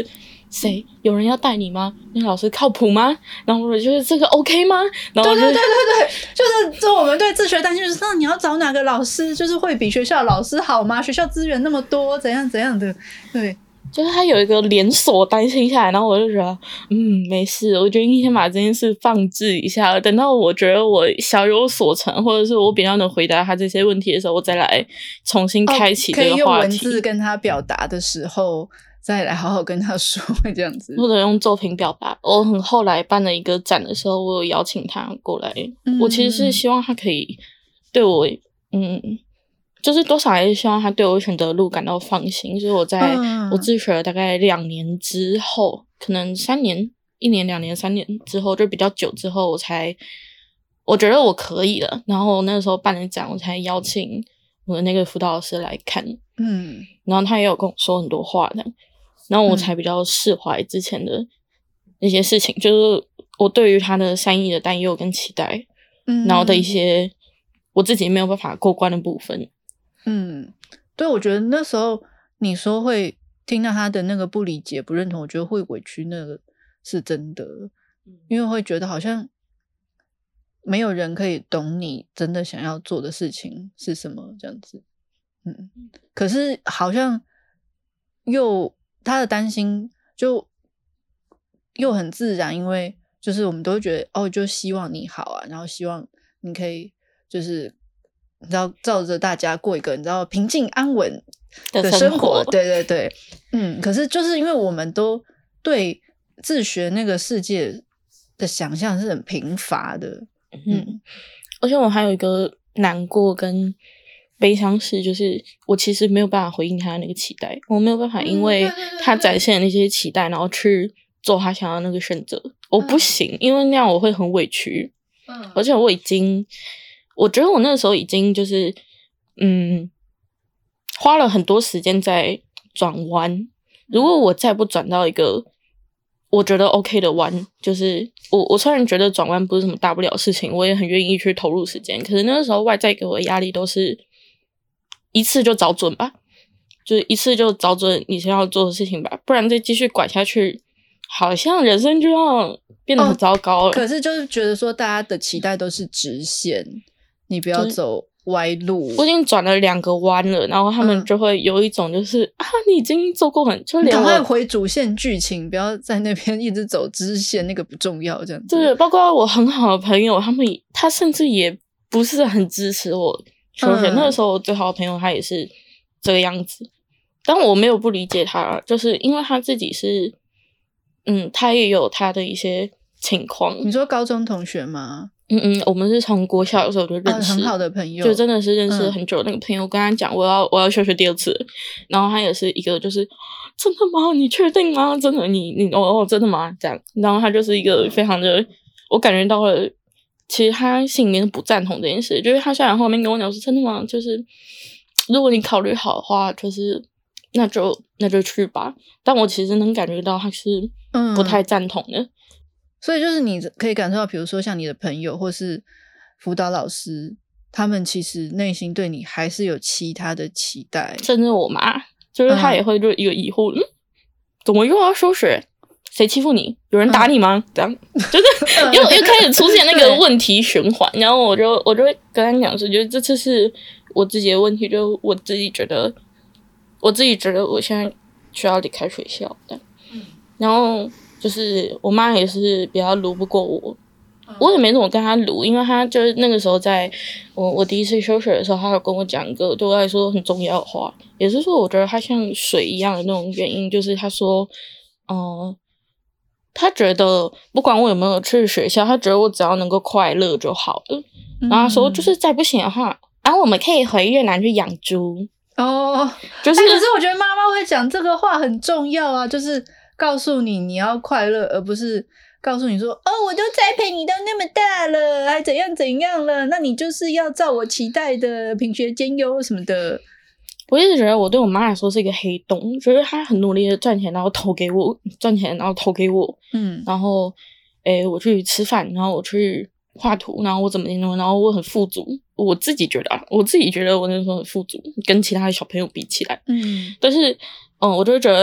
[SPEAKER 3] 谁有人要带你吗？那个老师靠谱吗？然后我就是这个 OK 吗？然后
[SPEAKER 2] 对对对对对，就是就我们对自学担心，就是那你要找哪个老师，就是会比学校老师好吗？学校资源那么多，怎样怎样的，对。
[SPEAKER 3] 就是他有一个连锁担心下来，然后我就觉得，嗯，没事，我决定先把这件事放置一下，等到我觉得我小有所成，或者是我比较能回答他这些问题的时候，我再来重新开启这个话题。
[SPEAKER 2] 哦、可以用文字跟他表达的时候，再来好好跟他说，这样子。
[SPEAKER 3] 或者用作品表达。我很后来办了一个展的时候，我有邀请他过来，嗯、我其实是希望他可以对我，嗯。就是多少还是希望他对我选择的路感到放心，所以我在我自学了大概两年之后，可能三年、一年、两年、三年之后，就比较久之后，我才我觉得我可以了。然后那个时候办了展，我才邀请我的那个辅导老师来看，嗯，然后他也有跟我说很多话的，然后我才比较释怀之前的那些事情，嗯、就是我对于他的善意的担忧跟期待，嗯，然后的一些我自己没有办法过关的部分。
[SPEAKER 2] 嗯，对，我觉得那时候你说会听到他的那个不理解、不认同，我觉得会委屈，那个是真的，因为会觉得好像没有人可以懂你真的想要做的事情是什么这样子。嗯，可是好像又他的担心就又很自然，因为就是我们都会觉得哦，就希望你好啊，然后希望你可以就是你知道照着大家过一个你知道平静安稳的生活，对对对，嗯，可是就是因为我们都对自学那个世界的想象是很贫乏的，
[SPEAKER 3] 嗯，而且我还有一个难过跟悲伤是，就是我其实没有办法回应他的那个期待，我没有办法因为他展现的那些期待，然后去做他想要的那个选择，我不行，嗯、因为那样我会很委屈，嗯，而且我已经，我觉得我那个时候已经就是，嗯，花了很多时间在转弯，如果我再不转到一个我觉得 OK 的弯，就是我我虽然觉得转弯不是什么大不了的事情，我也很愿意去投入时间，可是那个时候外在给我的压力都是一次就找准吧，就是一次就找准你想要做的事情吧，不然再继续拐下去好像人生就要变得很糟糕了，哦，
[SPEAKER 2] 可是就是觉得说大家的期待都是直线，你不要走歪路，
[SPEAKER 3] 我已经转了两个弯了，然后他们就会有一种就是、嗯、啊你已经做过很就连
[SPEAKER 2] 赶快回主线剧情，不要在那边一直走支线，那个不重要这样子。
[SPEAKER 3] 对，包括我很好的朋友，他们他甚至也不是很支持我求学，嗯、那个时候我最好的朋友他也是这个样子，但我没有不理解他，就是因为他自己是嗯他也有他的一些情况。
[SPEAKER 2] 你说高中同学吗？
[SPEAKER 3] 嗯嗯，我们是从国小的时候就认识，
[SPEAKER 2] 哦，很好的朋友，
[SPEAKER 3] 就真的是认识很久的那个朋友。嗯、我跟他讲我要我要休学第二次，然后他也是一个就是真的吗？你确定吗？真的你你哦哦真的吗？这样，然后他就是一个非常的，我感觉到了，其实他心里面不赞同这件事，就是他下来后面跟我讲说真的吗？就是如果你考虑好的话，就是那就那就去吧。但我其实能感觉到他是不太赞同的。嗯，
[SPEAKER 2] 所以就是你可以感受到，比如说像你的朋友或是辅导老师，他们其实内心对你还是有其他的期待。
[SPEAKER 3] 甚至我妈，就是她也会就一个疑惑，嗯，嗯怎么又要休学？谁欺负你？有人打你吗？这样就是又又开始出现那个问题循环。然后我就我就会跟他讲说，觉得这次是我自己的问题，就我自己觉得，我自己觉得我现在需要离开学校的。然后。就是我妈也是比较撸不过我，我也没怎么跟她撸，因为她就是那个时候在我我第一次休学的时候，她有跟我讲一个对我来说很重要的话，也是说我觉得她像水一样的那种原因，就是她说，嗯、呃，她觉得不管我有没有去学校，她觉得我只要能够快乐就好了。然后她说，就是再不行的话，然后我们可以回越南去养猪
[SPEAKER 2] 哦，就是。可是我觉得妈妈会讲这个话很重要啊，就是。告诉你你要快乐，而不是告诉你说哦，我都栽培你到那么大了，还怎样怎样了，那你就是要照我期待的品学兼优什么的。
[SPEAKER 3] 我一直觉得我对我妈来说是一个黑洞，觉得她很努力的赚钱，然后投给我，赚钱然后投给我，嗯，然后诶我去吃饭，然后我去画图，然后我怎么怎么，然后我很富足，我自己觉得啊，我自己觉得我那时候很富足，跟其他的小朋友比起来，嗯，但是嗯，我就会觉得。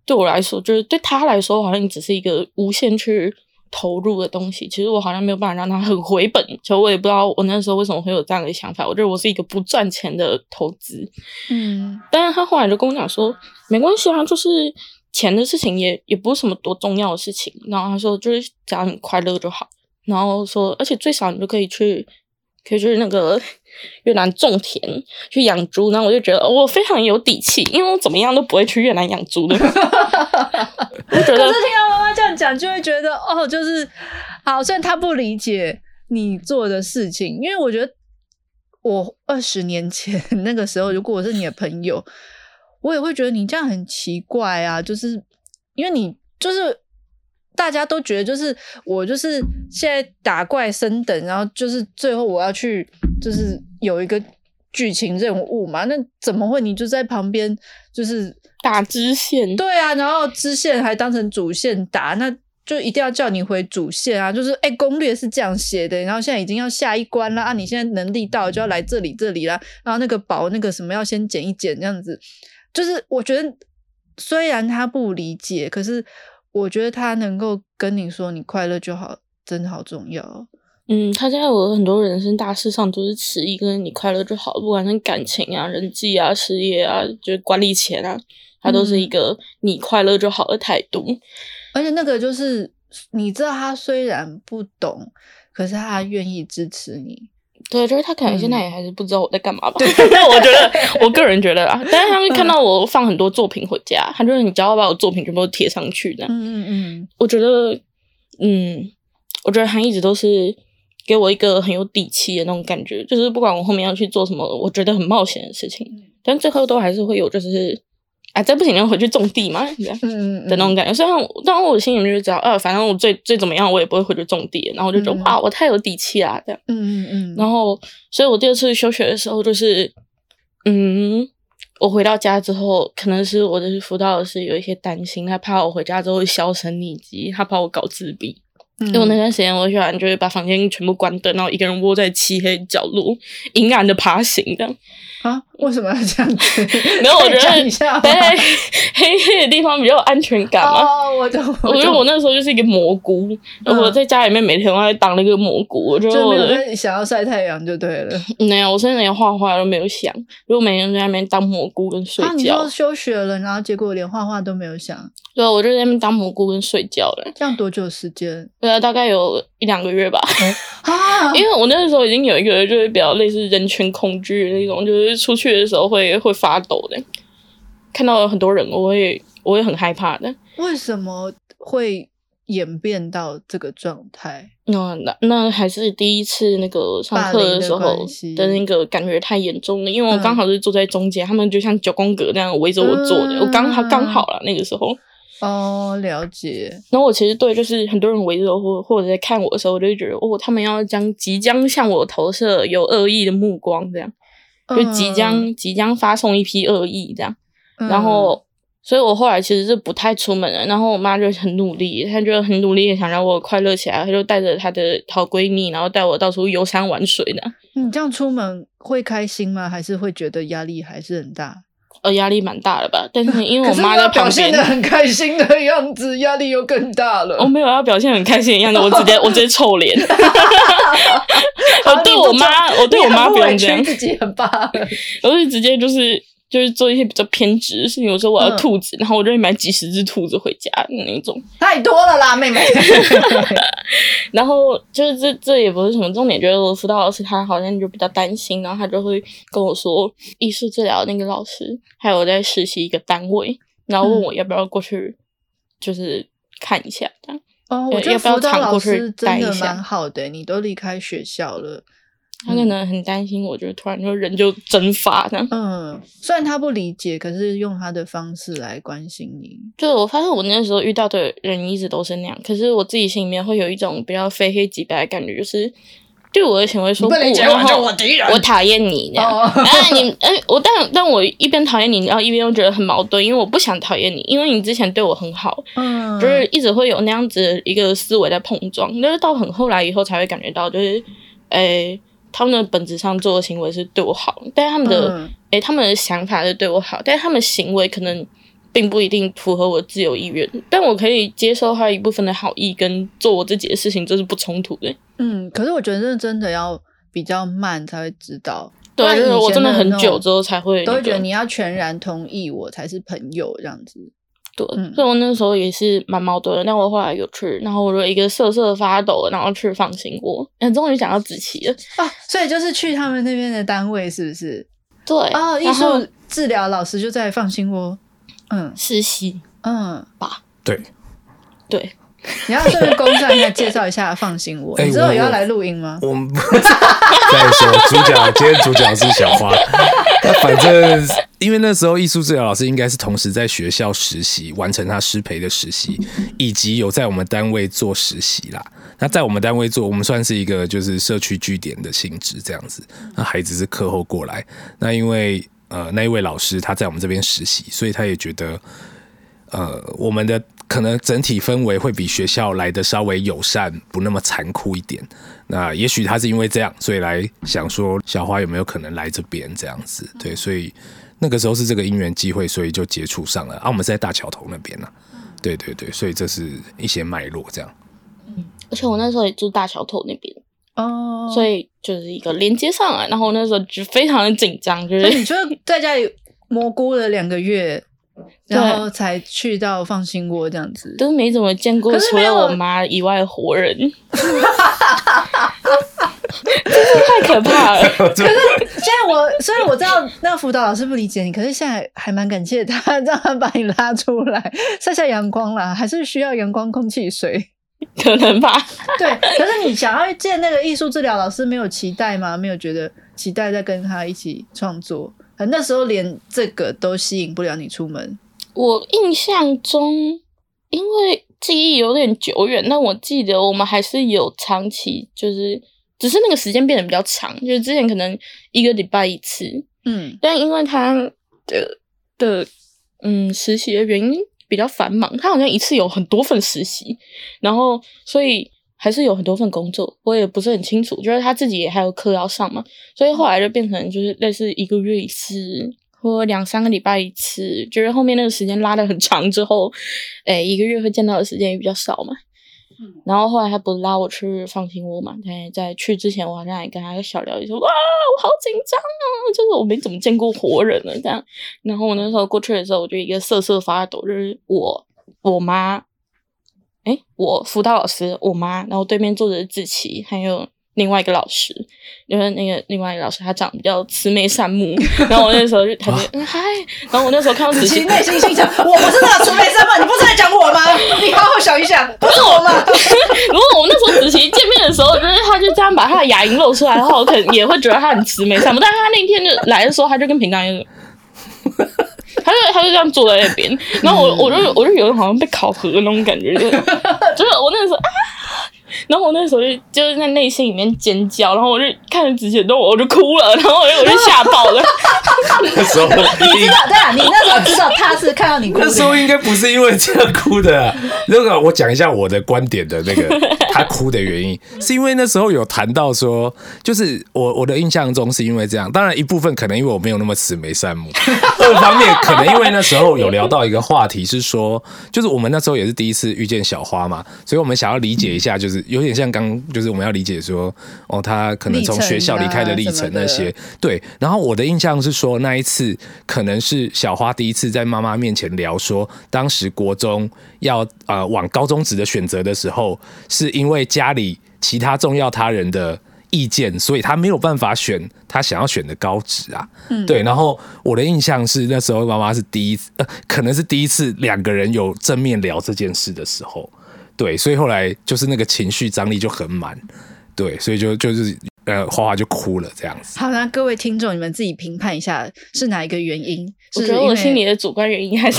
[SPEAKER 3] 对我来说，就是对他来说，好像只是一个无限去投入的东西。其实我好像没有办法让他很回本，所以我也不知道我那时候为什么会有这样的想法。我觉得我是一个不赚钱的投资。嗯，但是他后来就跟我讲说，没关系啊，就是钱的事情也也不是什么多重要的事情。然后他说，就是只要你快乐就好。然后说，而且最少你就可以去。可以去那个越南种田，去养猪，然后我就觉得我非常有底气，因为我怎么样都不会去越南养猪的。我觉得，
[SPEAKER 2] 可是听到妈妈这样讲，就会觉得哦，就是好，虽然他不理解你做的事情，因为我觉得我二十年前那个时候，如果我是你的朋友，我也会觉得你这样很奇怪啊，就是因为你就是。大家都觉得就是我就是现在打怪升等，然后就是最后我要去就是有一个剧情任务嘛，那怎么会你就在旁边就是
[SPEAKER 3] 打支线？对
[SPEAKER 2] 啊，然后支线还当成主线打，那就一定要叫你回主线啊，就是哎攻略是这样写的，然后现在已经要下一关了啊，你现在能力到就要来这里这里啦，然后那个宝那个什么要先捡一捡这样子，就是我觉得虽然他不理解，可是我觉得他能够跟你说你快乐就好，真的好重要。
[SPEAKER 3] 嗯，他现在有很多人生大事上都是持一个你快乐就好，不管是感情啊、人际啊、事业啊，就是管理钱啊，他都是一个你快乐就好的态度。嗯，
[SPEAKER 2] 而且那个就是你知道他虽然不懂，可是他愿意支持你。
[SPEAKER 3] 对，就是他可能现在也还是不知道我在干嘛吧。嗯，我觉得，我个人觉得啦，但是他会看到我放很多作品回家，他就是你只要把我作品全部都贴上去的。嗯嗯嗯。我觉得，嗯，我觉得他一直都是给我一个很有底气的那种感觉，就是不管我后面要去做什么，我觉得很冒险的事情，但最后都还是会有，就是啊，再不行就回去种地嘛，这样的那种感觉。虽然当然我心里面就知道，呃、啊，反正我最最怎么样，我也不会回去种地，然后我就觉得、嗯、哇，我太有底气啦，这样。嗯嗯嗯。然后，所以我第二次休学的时候，就是嗯，我回到家之后，可能是我的辅导老师有一些担心，他怕我回家之后会销声匿迹，他怕我搞自闭。因为我那段时间我喜欢就是把房间全部关灯，然后一个人窝在漆黑角落阴暗的爬行这样。
[SPEAKER 2] 啊？为什么要这样子？
[SPEAKER 3] 没有，我觉得在黑黑的地方比较有安全感嘛。
[SPEAKER 2] 哦，我懂。
[SPEAKER 3] 我觉得我那时候就是一个蘑菇，嗯、我在家里面每天都在当那个蘑菇，我觉得我
[SPEAKER 2] 就没有在想要晒太阳就对了。
[SPEAKER 3] 没有，我甚至连画画都没有想，如果每天在那边当蘑菇跟睡觉。啊，
[SPEAKER 2] 你说休学了，然后结果连画画都没有想？
[SPEAKER 3] 对，我就在那边当蘑菇跟睡觉了。
[SPEAKER 2] 这样多久时间？
[SPEAKER 3] 对啊，大概有一两个月吧。啊，因为我那个时候已经有一个就是比较类似人群恐惧的那种，就是出去的时候会会发抖的，看到很多人我会我会很害怕的。
[SPEAKER 2] 为什么会演变到这个状态？
[SPEAKER 3] 那那那还是第一次那个上课的时候的那个感觉太严重了，因为我刚好是坐在中间，嗯、他们就像九宫格那样围着我坐的，嗯、我刚好刚好了那个时候。
[SPEAKER 2] 哦，了解。
[SPEAKER 3] 然后我其实对就是很多人围着我或者在看我的时候，我就会觉得哦，他们要将即将向我投射有恶意的目光，这样就即将、嗯、即将发送一批恶意这样。嗯、然后，所以我后来其实是不太出门了。然后我妈就很努力，她就很努力的想让我快乐起来，她就带着她的好闺蜜，然后带我到处游山玩水的。
[SPEAKER 2] 你这样出门会开心吗？还是会觉得压力还是很大？
[SPEAKER 3] 呃，压力蛮大的吧，但是因为我妈在旁边，
[SPEAKER 2] 表现得很开心的样子，压力又更大了。
[SPEAKER 3] 我没有要表现很开心的样子，我直接我直接臭脸。我对我妈，我对我妈不用这样，
[SPEAKER 2] 自己很棒。
[SPEAKER 3] 我是直接就是就是做一些比较偏执的事情。有时候我要兔子，嗯、然后我就会买几十只兔子回家的那种。
[SPEAKER 2] 太多了啦，妹妹。
[SPEAKER 3] 然后就是这这也不是什么重点，觉得我辅导老师他好像就比较担心，然后他就会跟我说，艺术治疗那个老师还有在实习一个单位，然后问我要不要过去，就是看一下这样。
[SPEAKER 2] 哦，我觉得辅导老师真的蛮好的，你都离开学校了。
[SPEAKER 3] 他可能很担心我，就突然就人就蒸发这样。
[SPEAKER 2] 嗯，虽然他不理解，可是用他的方式来关心你。
[SPEAKER 3] 就我发现我那时候遇到的人一直都是那样，可是我自己心里面会有一种比较非黑即白的感觉，就是对我的行为说不，然后我敌人，我讨厌你这样。哎、哦啊，你哎，我但但我一边讨厌你，然后一边又觉得很矛盾，因为我不想讨厌你，因为你之前对我很好，嗯，就是一直会有那样子的一个思维在碰撞，就是到很后来以后才会感觉到，就是诶。他们的本质上做的行为是对我好，但是他们的诶、嗯欸，他们的想法是对我好，但是他们行为可能并不一定符合我的自由意愿，但我可以接受他一部分的好意，跟做我自己的事情，这是不冲突的。
[SPEAKER 2] 嗯，可是我觉得这真的要比较慢才会知道。
[SPEAKER 3] 对，就是我真的很久之后才会、那個，
[SPEAKER 2] 都会觉得你要全然同意我才是朋友这样子。
[SPEAKER 3] 对，嗯、所以我那时候也是蛮矛盾的。但我后来有去，然后我就一个瑟瑟发抖，然后去放心窝。哎、欸，终于讲到子琪了
[SPEAKER 2] 啊！所以就是去他们那边的单位，是不是？
[SPEAKER 3] 对
[SPEAKER 2] 哦，艺术治疗老师就在放心窝。嗯，
[SPEAKER 3] 实习，
[SPEAKER 2] 嗯
[SPEAKER 3] 吧，
[SPEAKER 4] 对，
[SPEAKER 3] 对，
[SPEAKER 2] 你要顺便公上一下，介绍一下放心窝。欸、你之后也要来录音吗？
[SPEAKER 4] 我们再说主角，今天主角是小花。那反正因为那时候艺术治疗老师应该是同时在学校实习，完成他师培的实习，以及有在我们单位做实习啦。那在我们单位做，我们算是一个就是社区据点的性质这样子。那孩子是课后过来，那因为。呃，那一位老师他在我们这边实习，所以他也觉得，呃，我们的可能整体氛围会比学校来的稍微友善，不那么残酷一点。那也许他是因为这样，所以来想说小花有没有可能来这边这样子？对，所以那个时候是这个因缘机会，所以就接触上了。啊，我们是在大桥头那边啊，对对对，所以这是一些脉络这样。
[SPEAKER 3] 嗯，而且我那时候也住大桥头那边。
[SPEAKER 2] 哦，
[SPEAKER 3] 所以就是一个连接上来，然后那时候就非常的紧张，就是
[SPEAKER 2] 所以你就在家里蘑菇了两个月，然后才去到放心窝这样子，
[SPEAKER 3] 都没怎么见过除了我妈以外的活人，真是太可怕了。
[SPEAKER 2] 可是现在我虽然我知道那个辅导老师不理解你，可是现在还蛮感谢他，让他把你拉出来晒晒阳光啦，还是需要阳光、空气、水。
[SPEAKER 3] 可能吧。
[SPEAKER 2] 对，可是你想要见那个艺术治疗老师，没有期待吗？没有觉得期待在跟他一起创作？那时候连这个都吸引不了你出门。
[SPEAKER 3] 我印象中，因为记忆有点久远，但我记得我们还是有长期，就是只是那个时间变得比较长，就是之前可能一个礼拜一次，嗯，但因为他的的嗯实习的原因。比较繁忙，他好像一次有很多份实习，然后所以还是有很多份工作，我也不是很清楚，就是他自己也还有课要上嘛，所以后来就变成就是类似一个月一次或两三个礼拜一次，就是后面那个时间拉得很长之后，诶一个月会见到的时间也比较少嘛。然后后来他不是拉我去放心窝嘛，在在去之前我好像也跟他小聊一说，哇我好紧张啊，就是我没怎么见过活人了这样。然后我那时候过去的时候，我就一个瑟瑟发抖，就是我我妈，诶我辅导老师我妈，然后对面坐着子琪还有另外一个老师，就是那个另外一个老师他长得比较慈眉善目，然后我那时候就他就嗯嗨，然后我那时候看到子琪
[SPEAKER 2] 内心心想，我不是那个慈眉善目，你不是在讲我吗？你好好想一想，不是我吗？
[SPEAKER 3] 如果我那时候子琪见面的时候，就是他就这样把他的牙龈露出来的话，我可能也会觉得他很慈眉善目，但是他那天就来的时候，他就跟平常一样。他就他就这样坐在那边，然后我我就我就有种好像被考核的那种感觉，就就是我那时候啊，然后我那时候就就是在内心里面尖叫，然后我就看着子琪动，我就哭了，然后我就我就吓爆了。
[SPEAKER 4] 那时候
[SPEAKER 2] 你知道对啊，你那时候知道他是看到你哭的，
[SPEAKER 4] 那时候应该不是因为这样哭的、啊。那个我讲一下我的观点的那个他哭的原因，是因为那时候有谈到说，就是我我的印象中是因为这样，当然一部分可能因为我没有那么慈眉善目，二方面可能因为那时候有聊到一个话题是说，就是我们那时候也是第一次遇见小花嘛，所以我们想要理解一下，就是有点像刚就是我们要理解说，哦，他可能从学校离开的历程那些，对。然后我的印象是说，那一次可能是小花第一次在妈妈面前聊说，当时国中要呃往高中职的选择的时候，是因为家里其他重要他人的意见，所以他没有办法选他想要选的高职啊。嗯，对。然后我的印象是那时候妈妈是第一次，呃，可能是第一次两个人有正面聊这件事的时候，对，所以后来就是那个情绪张力就很满，对，所以就就是呃花花就哭了这样子。
[SPEAKER 2] 好，那各位听众你们自己评判一下是哪一个原因？
[SPEAKER 3] 我觉得我心里的主观原因还是。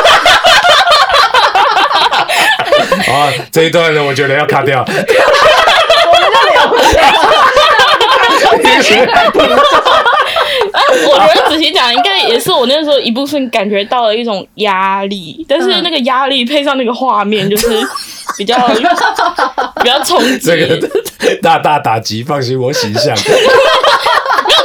[SPEAKER 4] 啊，这一段呢，我觉得要卡掉。我们
[SPEAKER 2] 就聊不
[SPEAKER 3] 我觉得子琪讲应该也是我那时候一部分感觉到了一种压力，但是那个压力配上那个画面，就是比较比较冲击，
[SPEAKER 4] 这个大大打击放心我形象。
[SPEAKER 3] 没有，旁边有一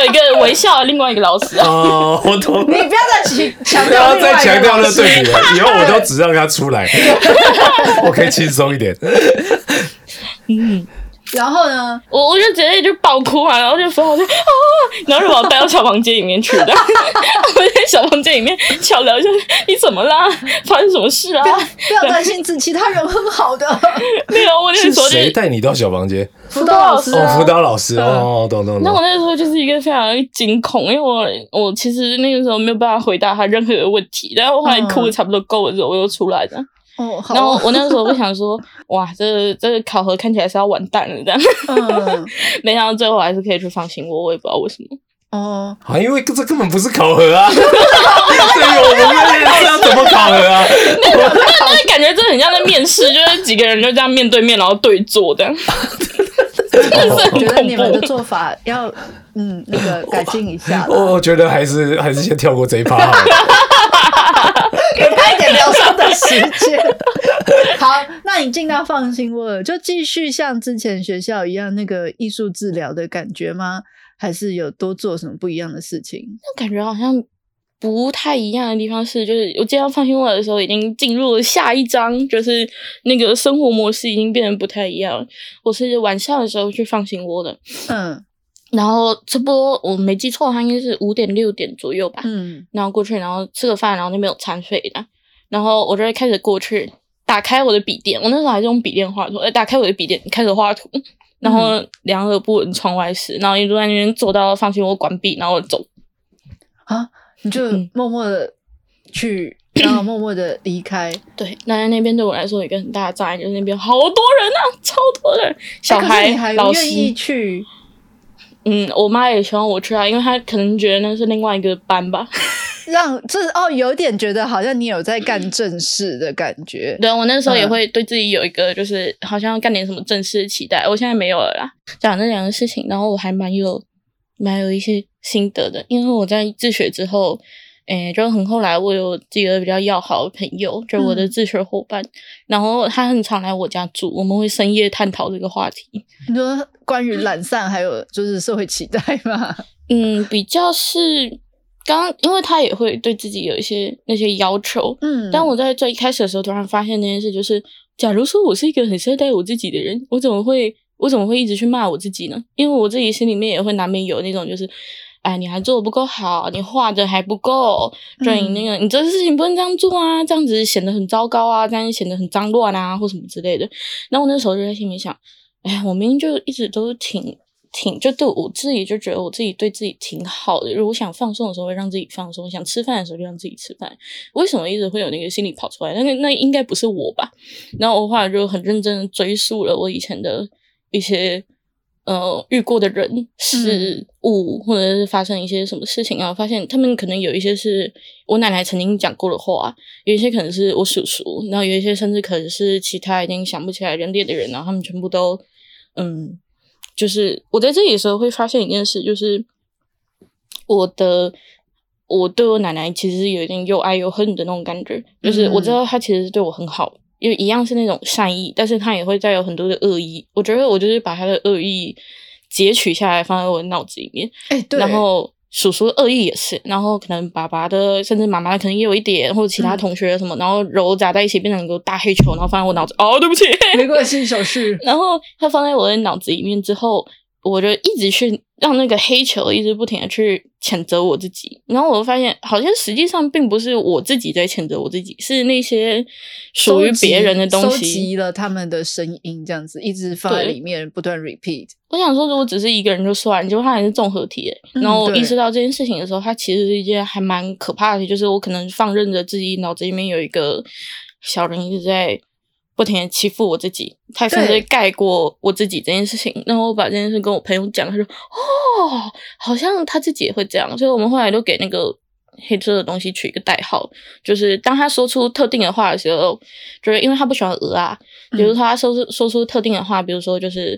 [SPEAKER 3] 一个微笑的另外一个老师啊。
[SPEAKER 4] 哦，我懂。
[SPEAKER 2] 你不要再强
[SPEAKER 4] 不
[SPEAKER 2] 调，
[SPEAKER 4] 要再强调那对比了，以后我都只让他出来，我可以轻松一点。
[SPEAKER 3] 嗯。
[SPEAKER 2] 然后呢，
[SPEAKER 3] 我我就直接就爆哭嘛，然后就说我就啊，然后就把我带到小房间里面去的。我在小房间里面悄聊一下，你怎么啦？发生什么事啊？
[SPEAKER 2] 不要不要担心，其他人很好的。
[SPEAKER 3] 没有，我那个时候
[SPEAKER 4] 是谁带你到小房间？
[SPEAKER 2] 辅导老师、啊，
[SPEAKER 4] 哦，辅导老师哦，懂懂懂。
[SPEAKER 3] 那我那个时候就是一个非常惊恐，因为我我其实那个时候没有办法回答他任何的问题，然后我后来哭的差不多够了之后，我又出来的。
[SPEAKER 2] 哦，好。
[SPEAKER 3] 然后我那个时候就想说，哇，这这个考核看起来是要完蛋了这样。嗯，没想到最后还是可以去放心我，我也不知道为什么。
[SPEAKER 2] 哦，
[SPEAKER 4] 啊，因为这根本不是考核啊，所以我们这样怎么考核啊？
[SPEAKER 3] 那个那个感觉真的很像在面试，就是几个人就这样面对面，然后对坐这样。
[SPEAKER 2] 我觉得你们的做法要嗯那个改进一下。
[SPEAKER 4] 我我觉得还是还是先跳过这一趴好了。
[SPEAKER 2] 给他一点疗伤的时间。好，那你进到放心窝了，就继续像之前学校一样那个艺术治疗的感觉吗？还是有多做什么不一样的事情？
[SPEAKER 3] 感觉好像不太一样的地方是，就是我进到放心窝的时候，已经进入了下一章，就是那个生活模式已经变得不太一样。我是晚上的时候去放心窝的，嗯。然后差不多我没记错，它应该是五点六点左右吧。嗯，然后过去，然后吃个饭，然后那边有餐费的，然后我就会开始过去，打开我的笔电，我那时候还是用笔电画图，呃，打开我的笔电开始画图，然后两耳不闻窗外事，然后一路在那边走到放心窝关闭，然后我走。
[SPEAKER 2] 啊，你就默默的去，嗯、然后默默的离开。
[SPEAKER 3] 对，那在那边对我来说有一个很大的障碍，就是那边好多人啊，超多人，小孩、
[SPEAKER 2] 欸、还
[SPEAKER 3] 老师
[SPEAKER 2] 愿意去。
[SPEAKER 3] 嗯，我妈也希望我去啊，因为她可能觉得那是另外一个班吧。
[SPEAKER 2] 让这哦，有点觉得好像你有在干正事的感觉。
[SPEAKER 3] 对，我那时候也会对自己有一个就是好像要干点什么正事的期待，我现在没有了啦。讲这两个事情，然后我还蛮有蛮有一些心得的，因为我在自学之后。诶，就很后来我有几个比较要好的朋友，就我的自学伙伴、嗯、然后他很常来我家住，我们会深夜探讨这个话题。
[SPEAKER 2] 你说关于懒散还有就是社会期待吗？
[SPEAKER 3] 嗯，比较是刚因为他也会对自己有一些那些要求，嗯，但我在最一开始的时候突然发现那件事，就是假如说我是一个很善待我自己的人，我怎么会我怎么会一直去骂我自己呢？因为我自己心里面也会难免有那种就是哎，你还做得不够好，你画的还不够，就你那个、嗯、你这个事情不能这样做啊，这样子显得很糟糕啊，这样显得很脏乱啊，或什么之类的。然后我那时候就在心里想，哎，我明明就一直都挺挺，就对我自己就觉得我自己对自己挺好的。如果想放松的时候会让自己放松，想吃饭的时候就让自己吃饭，为什么一直会有那个心理跑出来？那个那应该不是我吧？然后我后来就很认真的追溯了我以前的一些。呃，遇过的人事物，或者是发生一些什么事情啊，发现他们可能有一些是我奶奶曾经讲过的话，有一些可能是我叔叔，然后有一些甚至可能是其他已经想不起来人列的人，然后他们全部都，嗯，就是我在这里的时候会发现一件事，就是我的我对我奶奶其实有一点又爱又恨的那种感觉，就是我知道她其实是对我很好。因为一样是那种善意，但是他也会带有很多的恶意。我觉得我就是把他的恶意截取下来，放在我的脑子里面。
[SPEAKER 2] 欸、对。
[SPEAKER 3] 然后叔叔的恶意也是，然后可能爸爸的，甚至妈妈可能也有一点，或者其他同学什么，嗯、然后揉杂在一起变成一个大黑球，然后放在我脑子。哦，对不起，
[SPEAKER 2] 没关系，小事。
[SPEAKER 3] 然后他放在我的脑子里面之后，我就一直去让那个黑球一直不停的去谴责我自己，然后我发现好像实际上并不是我自己在谴责我自己，是那些属于别人的东西，
[SPEAKER 2] 收集了他们的声音，这样子一直放在里面不断 repeat。
[SPEAKER 3] 我想说如果只是一个人就算，结果他还是综合体、嗯、然后我意识到这件事情的时候，它其实是一件还蛮可怕的，就是我可能放任着自己脑子里面有一个小人一直在不停的欺负我自己，他甚至盖过我自己这件事情。然后我把这件事跟我朋友讲，他说哦，好像他自己也会这样。所以我们后来都给那个黑色的东西取一个代号，就是当他说出特定的话的时候，就是因为他不喜欢鹅啊，比如说他说出说出特定的话，比如说就是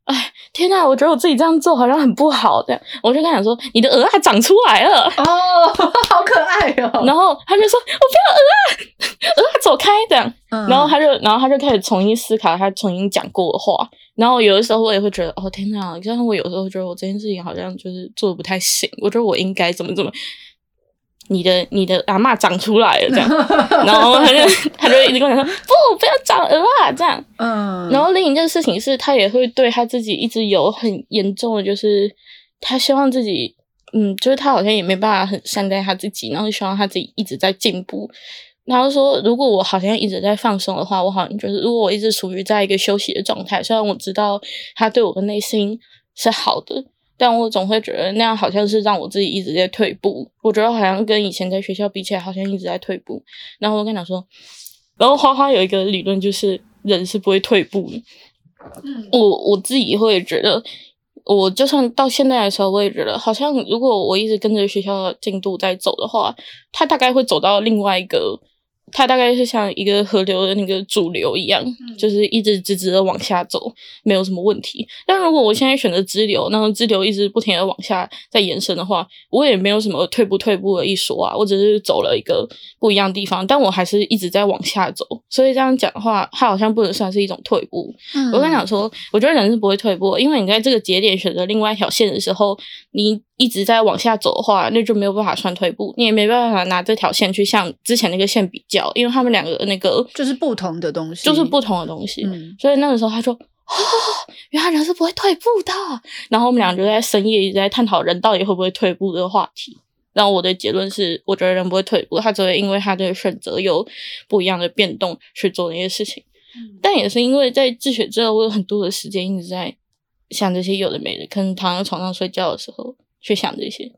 [SPEAKER 3] 哎，天哪，我觉得我自己这样做好像很不好这样。我就跟他讲说，你的鹅啊长出来了
[SPEAKER 2] 哦，好可爱哦。
[SPEAKER 3] 然后他就说，我不要鹅啊，鹅啊走开这样。
[SPEAKER 2] 嗯、
[SPEAKER 3] 然后他就，然后他就开始重新思考他重新讲过的话。然后有的时候我也会觉得，哦天哪，像我有时候觉得我这件事情好像就是做的不太行，我觉得我应该怎么怎么。你的你的阿嬷长出来了这样，然后他就他就一直跟我说不不要长鹅啊这样，嗯，然后另一件事情是他也会对他自己一直有很严重的，就是他希望自己，嗯，就是他好像也没办法很善待他自己，然后希望他自己一直在进步。然后说，如果我好像一直在放松的话，我好像就是如果我一直处于在一个休息的状态，虽然我知道他对我的内心是好的。但我总会觉得那样好像是让我自己一直在退步，我觉得好像跟以前在学校比起来好像一直在退步。然后我跟他说，然后花花有一个理论就是人是不会退步的。嗯，我我自己会觉得，我就算到现在的时候，我也觉得好像如果我一直跟着学校的进度在走的话，它大概会走到另外一个。它大概是像一个河流的那个主流一样，嗯、就是一直直直的往下走，没有什么问题。但如果我现在选择支流，然后支流一直不停的往下再延伸的话，我也没有什么退不退步的一说啊，我只是走了一个不一样的地方，但我还是一直在往下走。所以这样讲的话，它好像不能算是一种退步。嗯、我跟你讲说，我觉得人是不会退步，因为你在这个节点选择另外一条线的时候，你一直在往下走的话，那就没有办法算退步，你也没办法拿这条线去像之前那个线比较，因为他们两个那个
[SPEAKER 2] 就是不同的东西，
[SPEAKER 3] 就是不同的东西。嗯、所以那个时候他说，哦，原来人是不会退步的。然后我们俩就在深夜一直在探讨人到底会不会退步的话题。然后我的结论是，我觉得人不会退步，他只会因为他的选择有不一样的变动去做那些事情。嗯、但也是因为在自学之后，我有很多的时间一直在想这些有的没的，可能躺在床上睡觉的时候去想这些。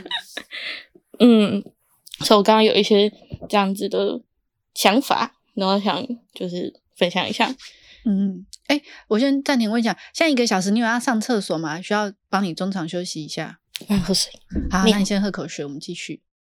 [SPEAKER 3] 嗯，所以我刚刚有一些这样子的想法，然后想就是分享一下。
[SPEAKER 2] 嗯，哎、欸，我先暂停问一下，现在一个小时你有要上厕所吗？需要帮你中场休息一下？
[SPEAKER 3] 嗯，喝水。
[SPEAKER 2] 好，那你先喝口水，我们继续。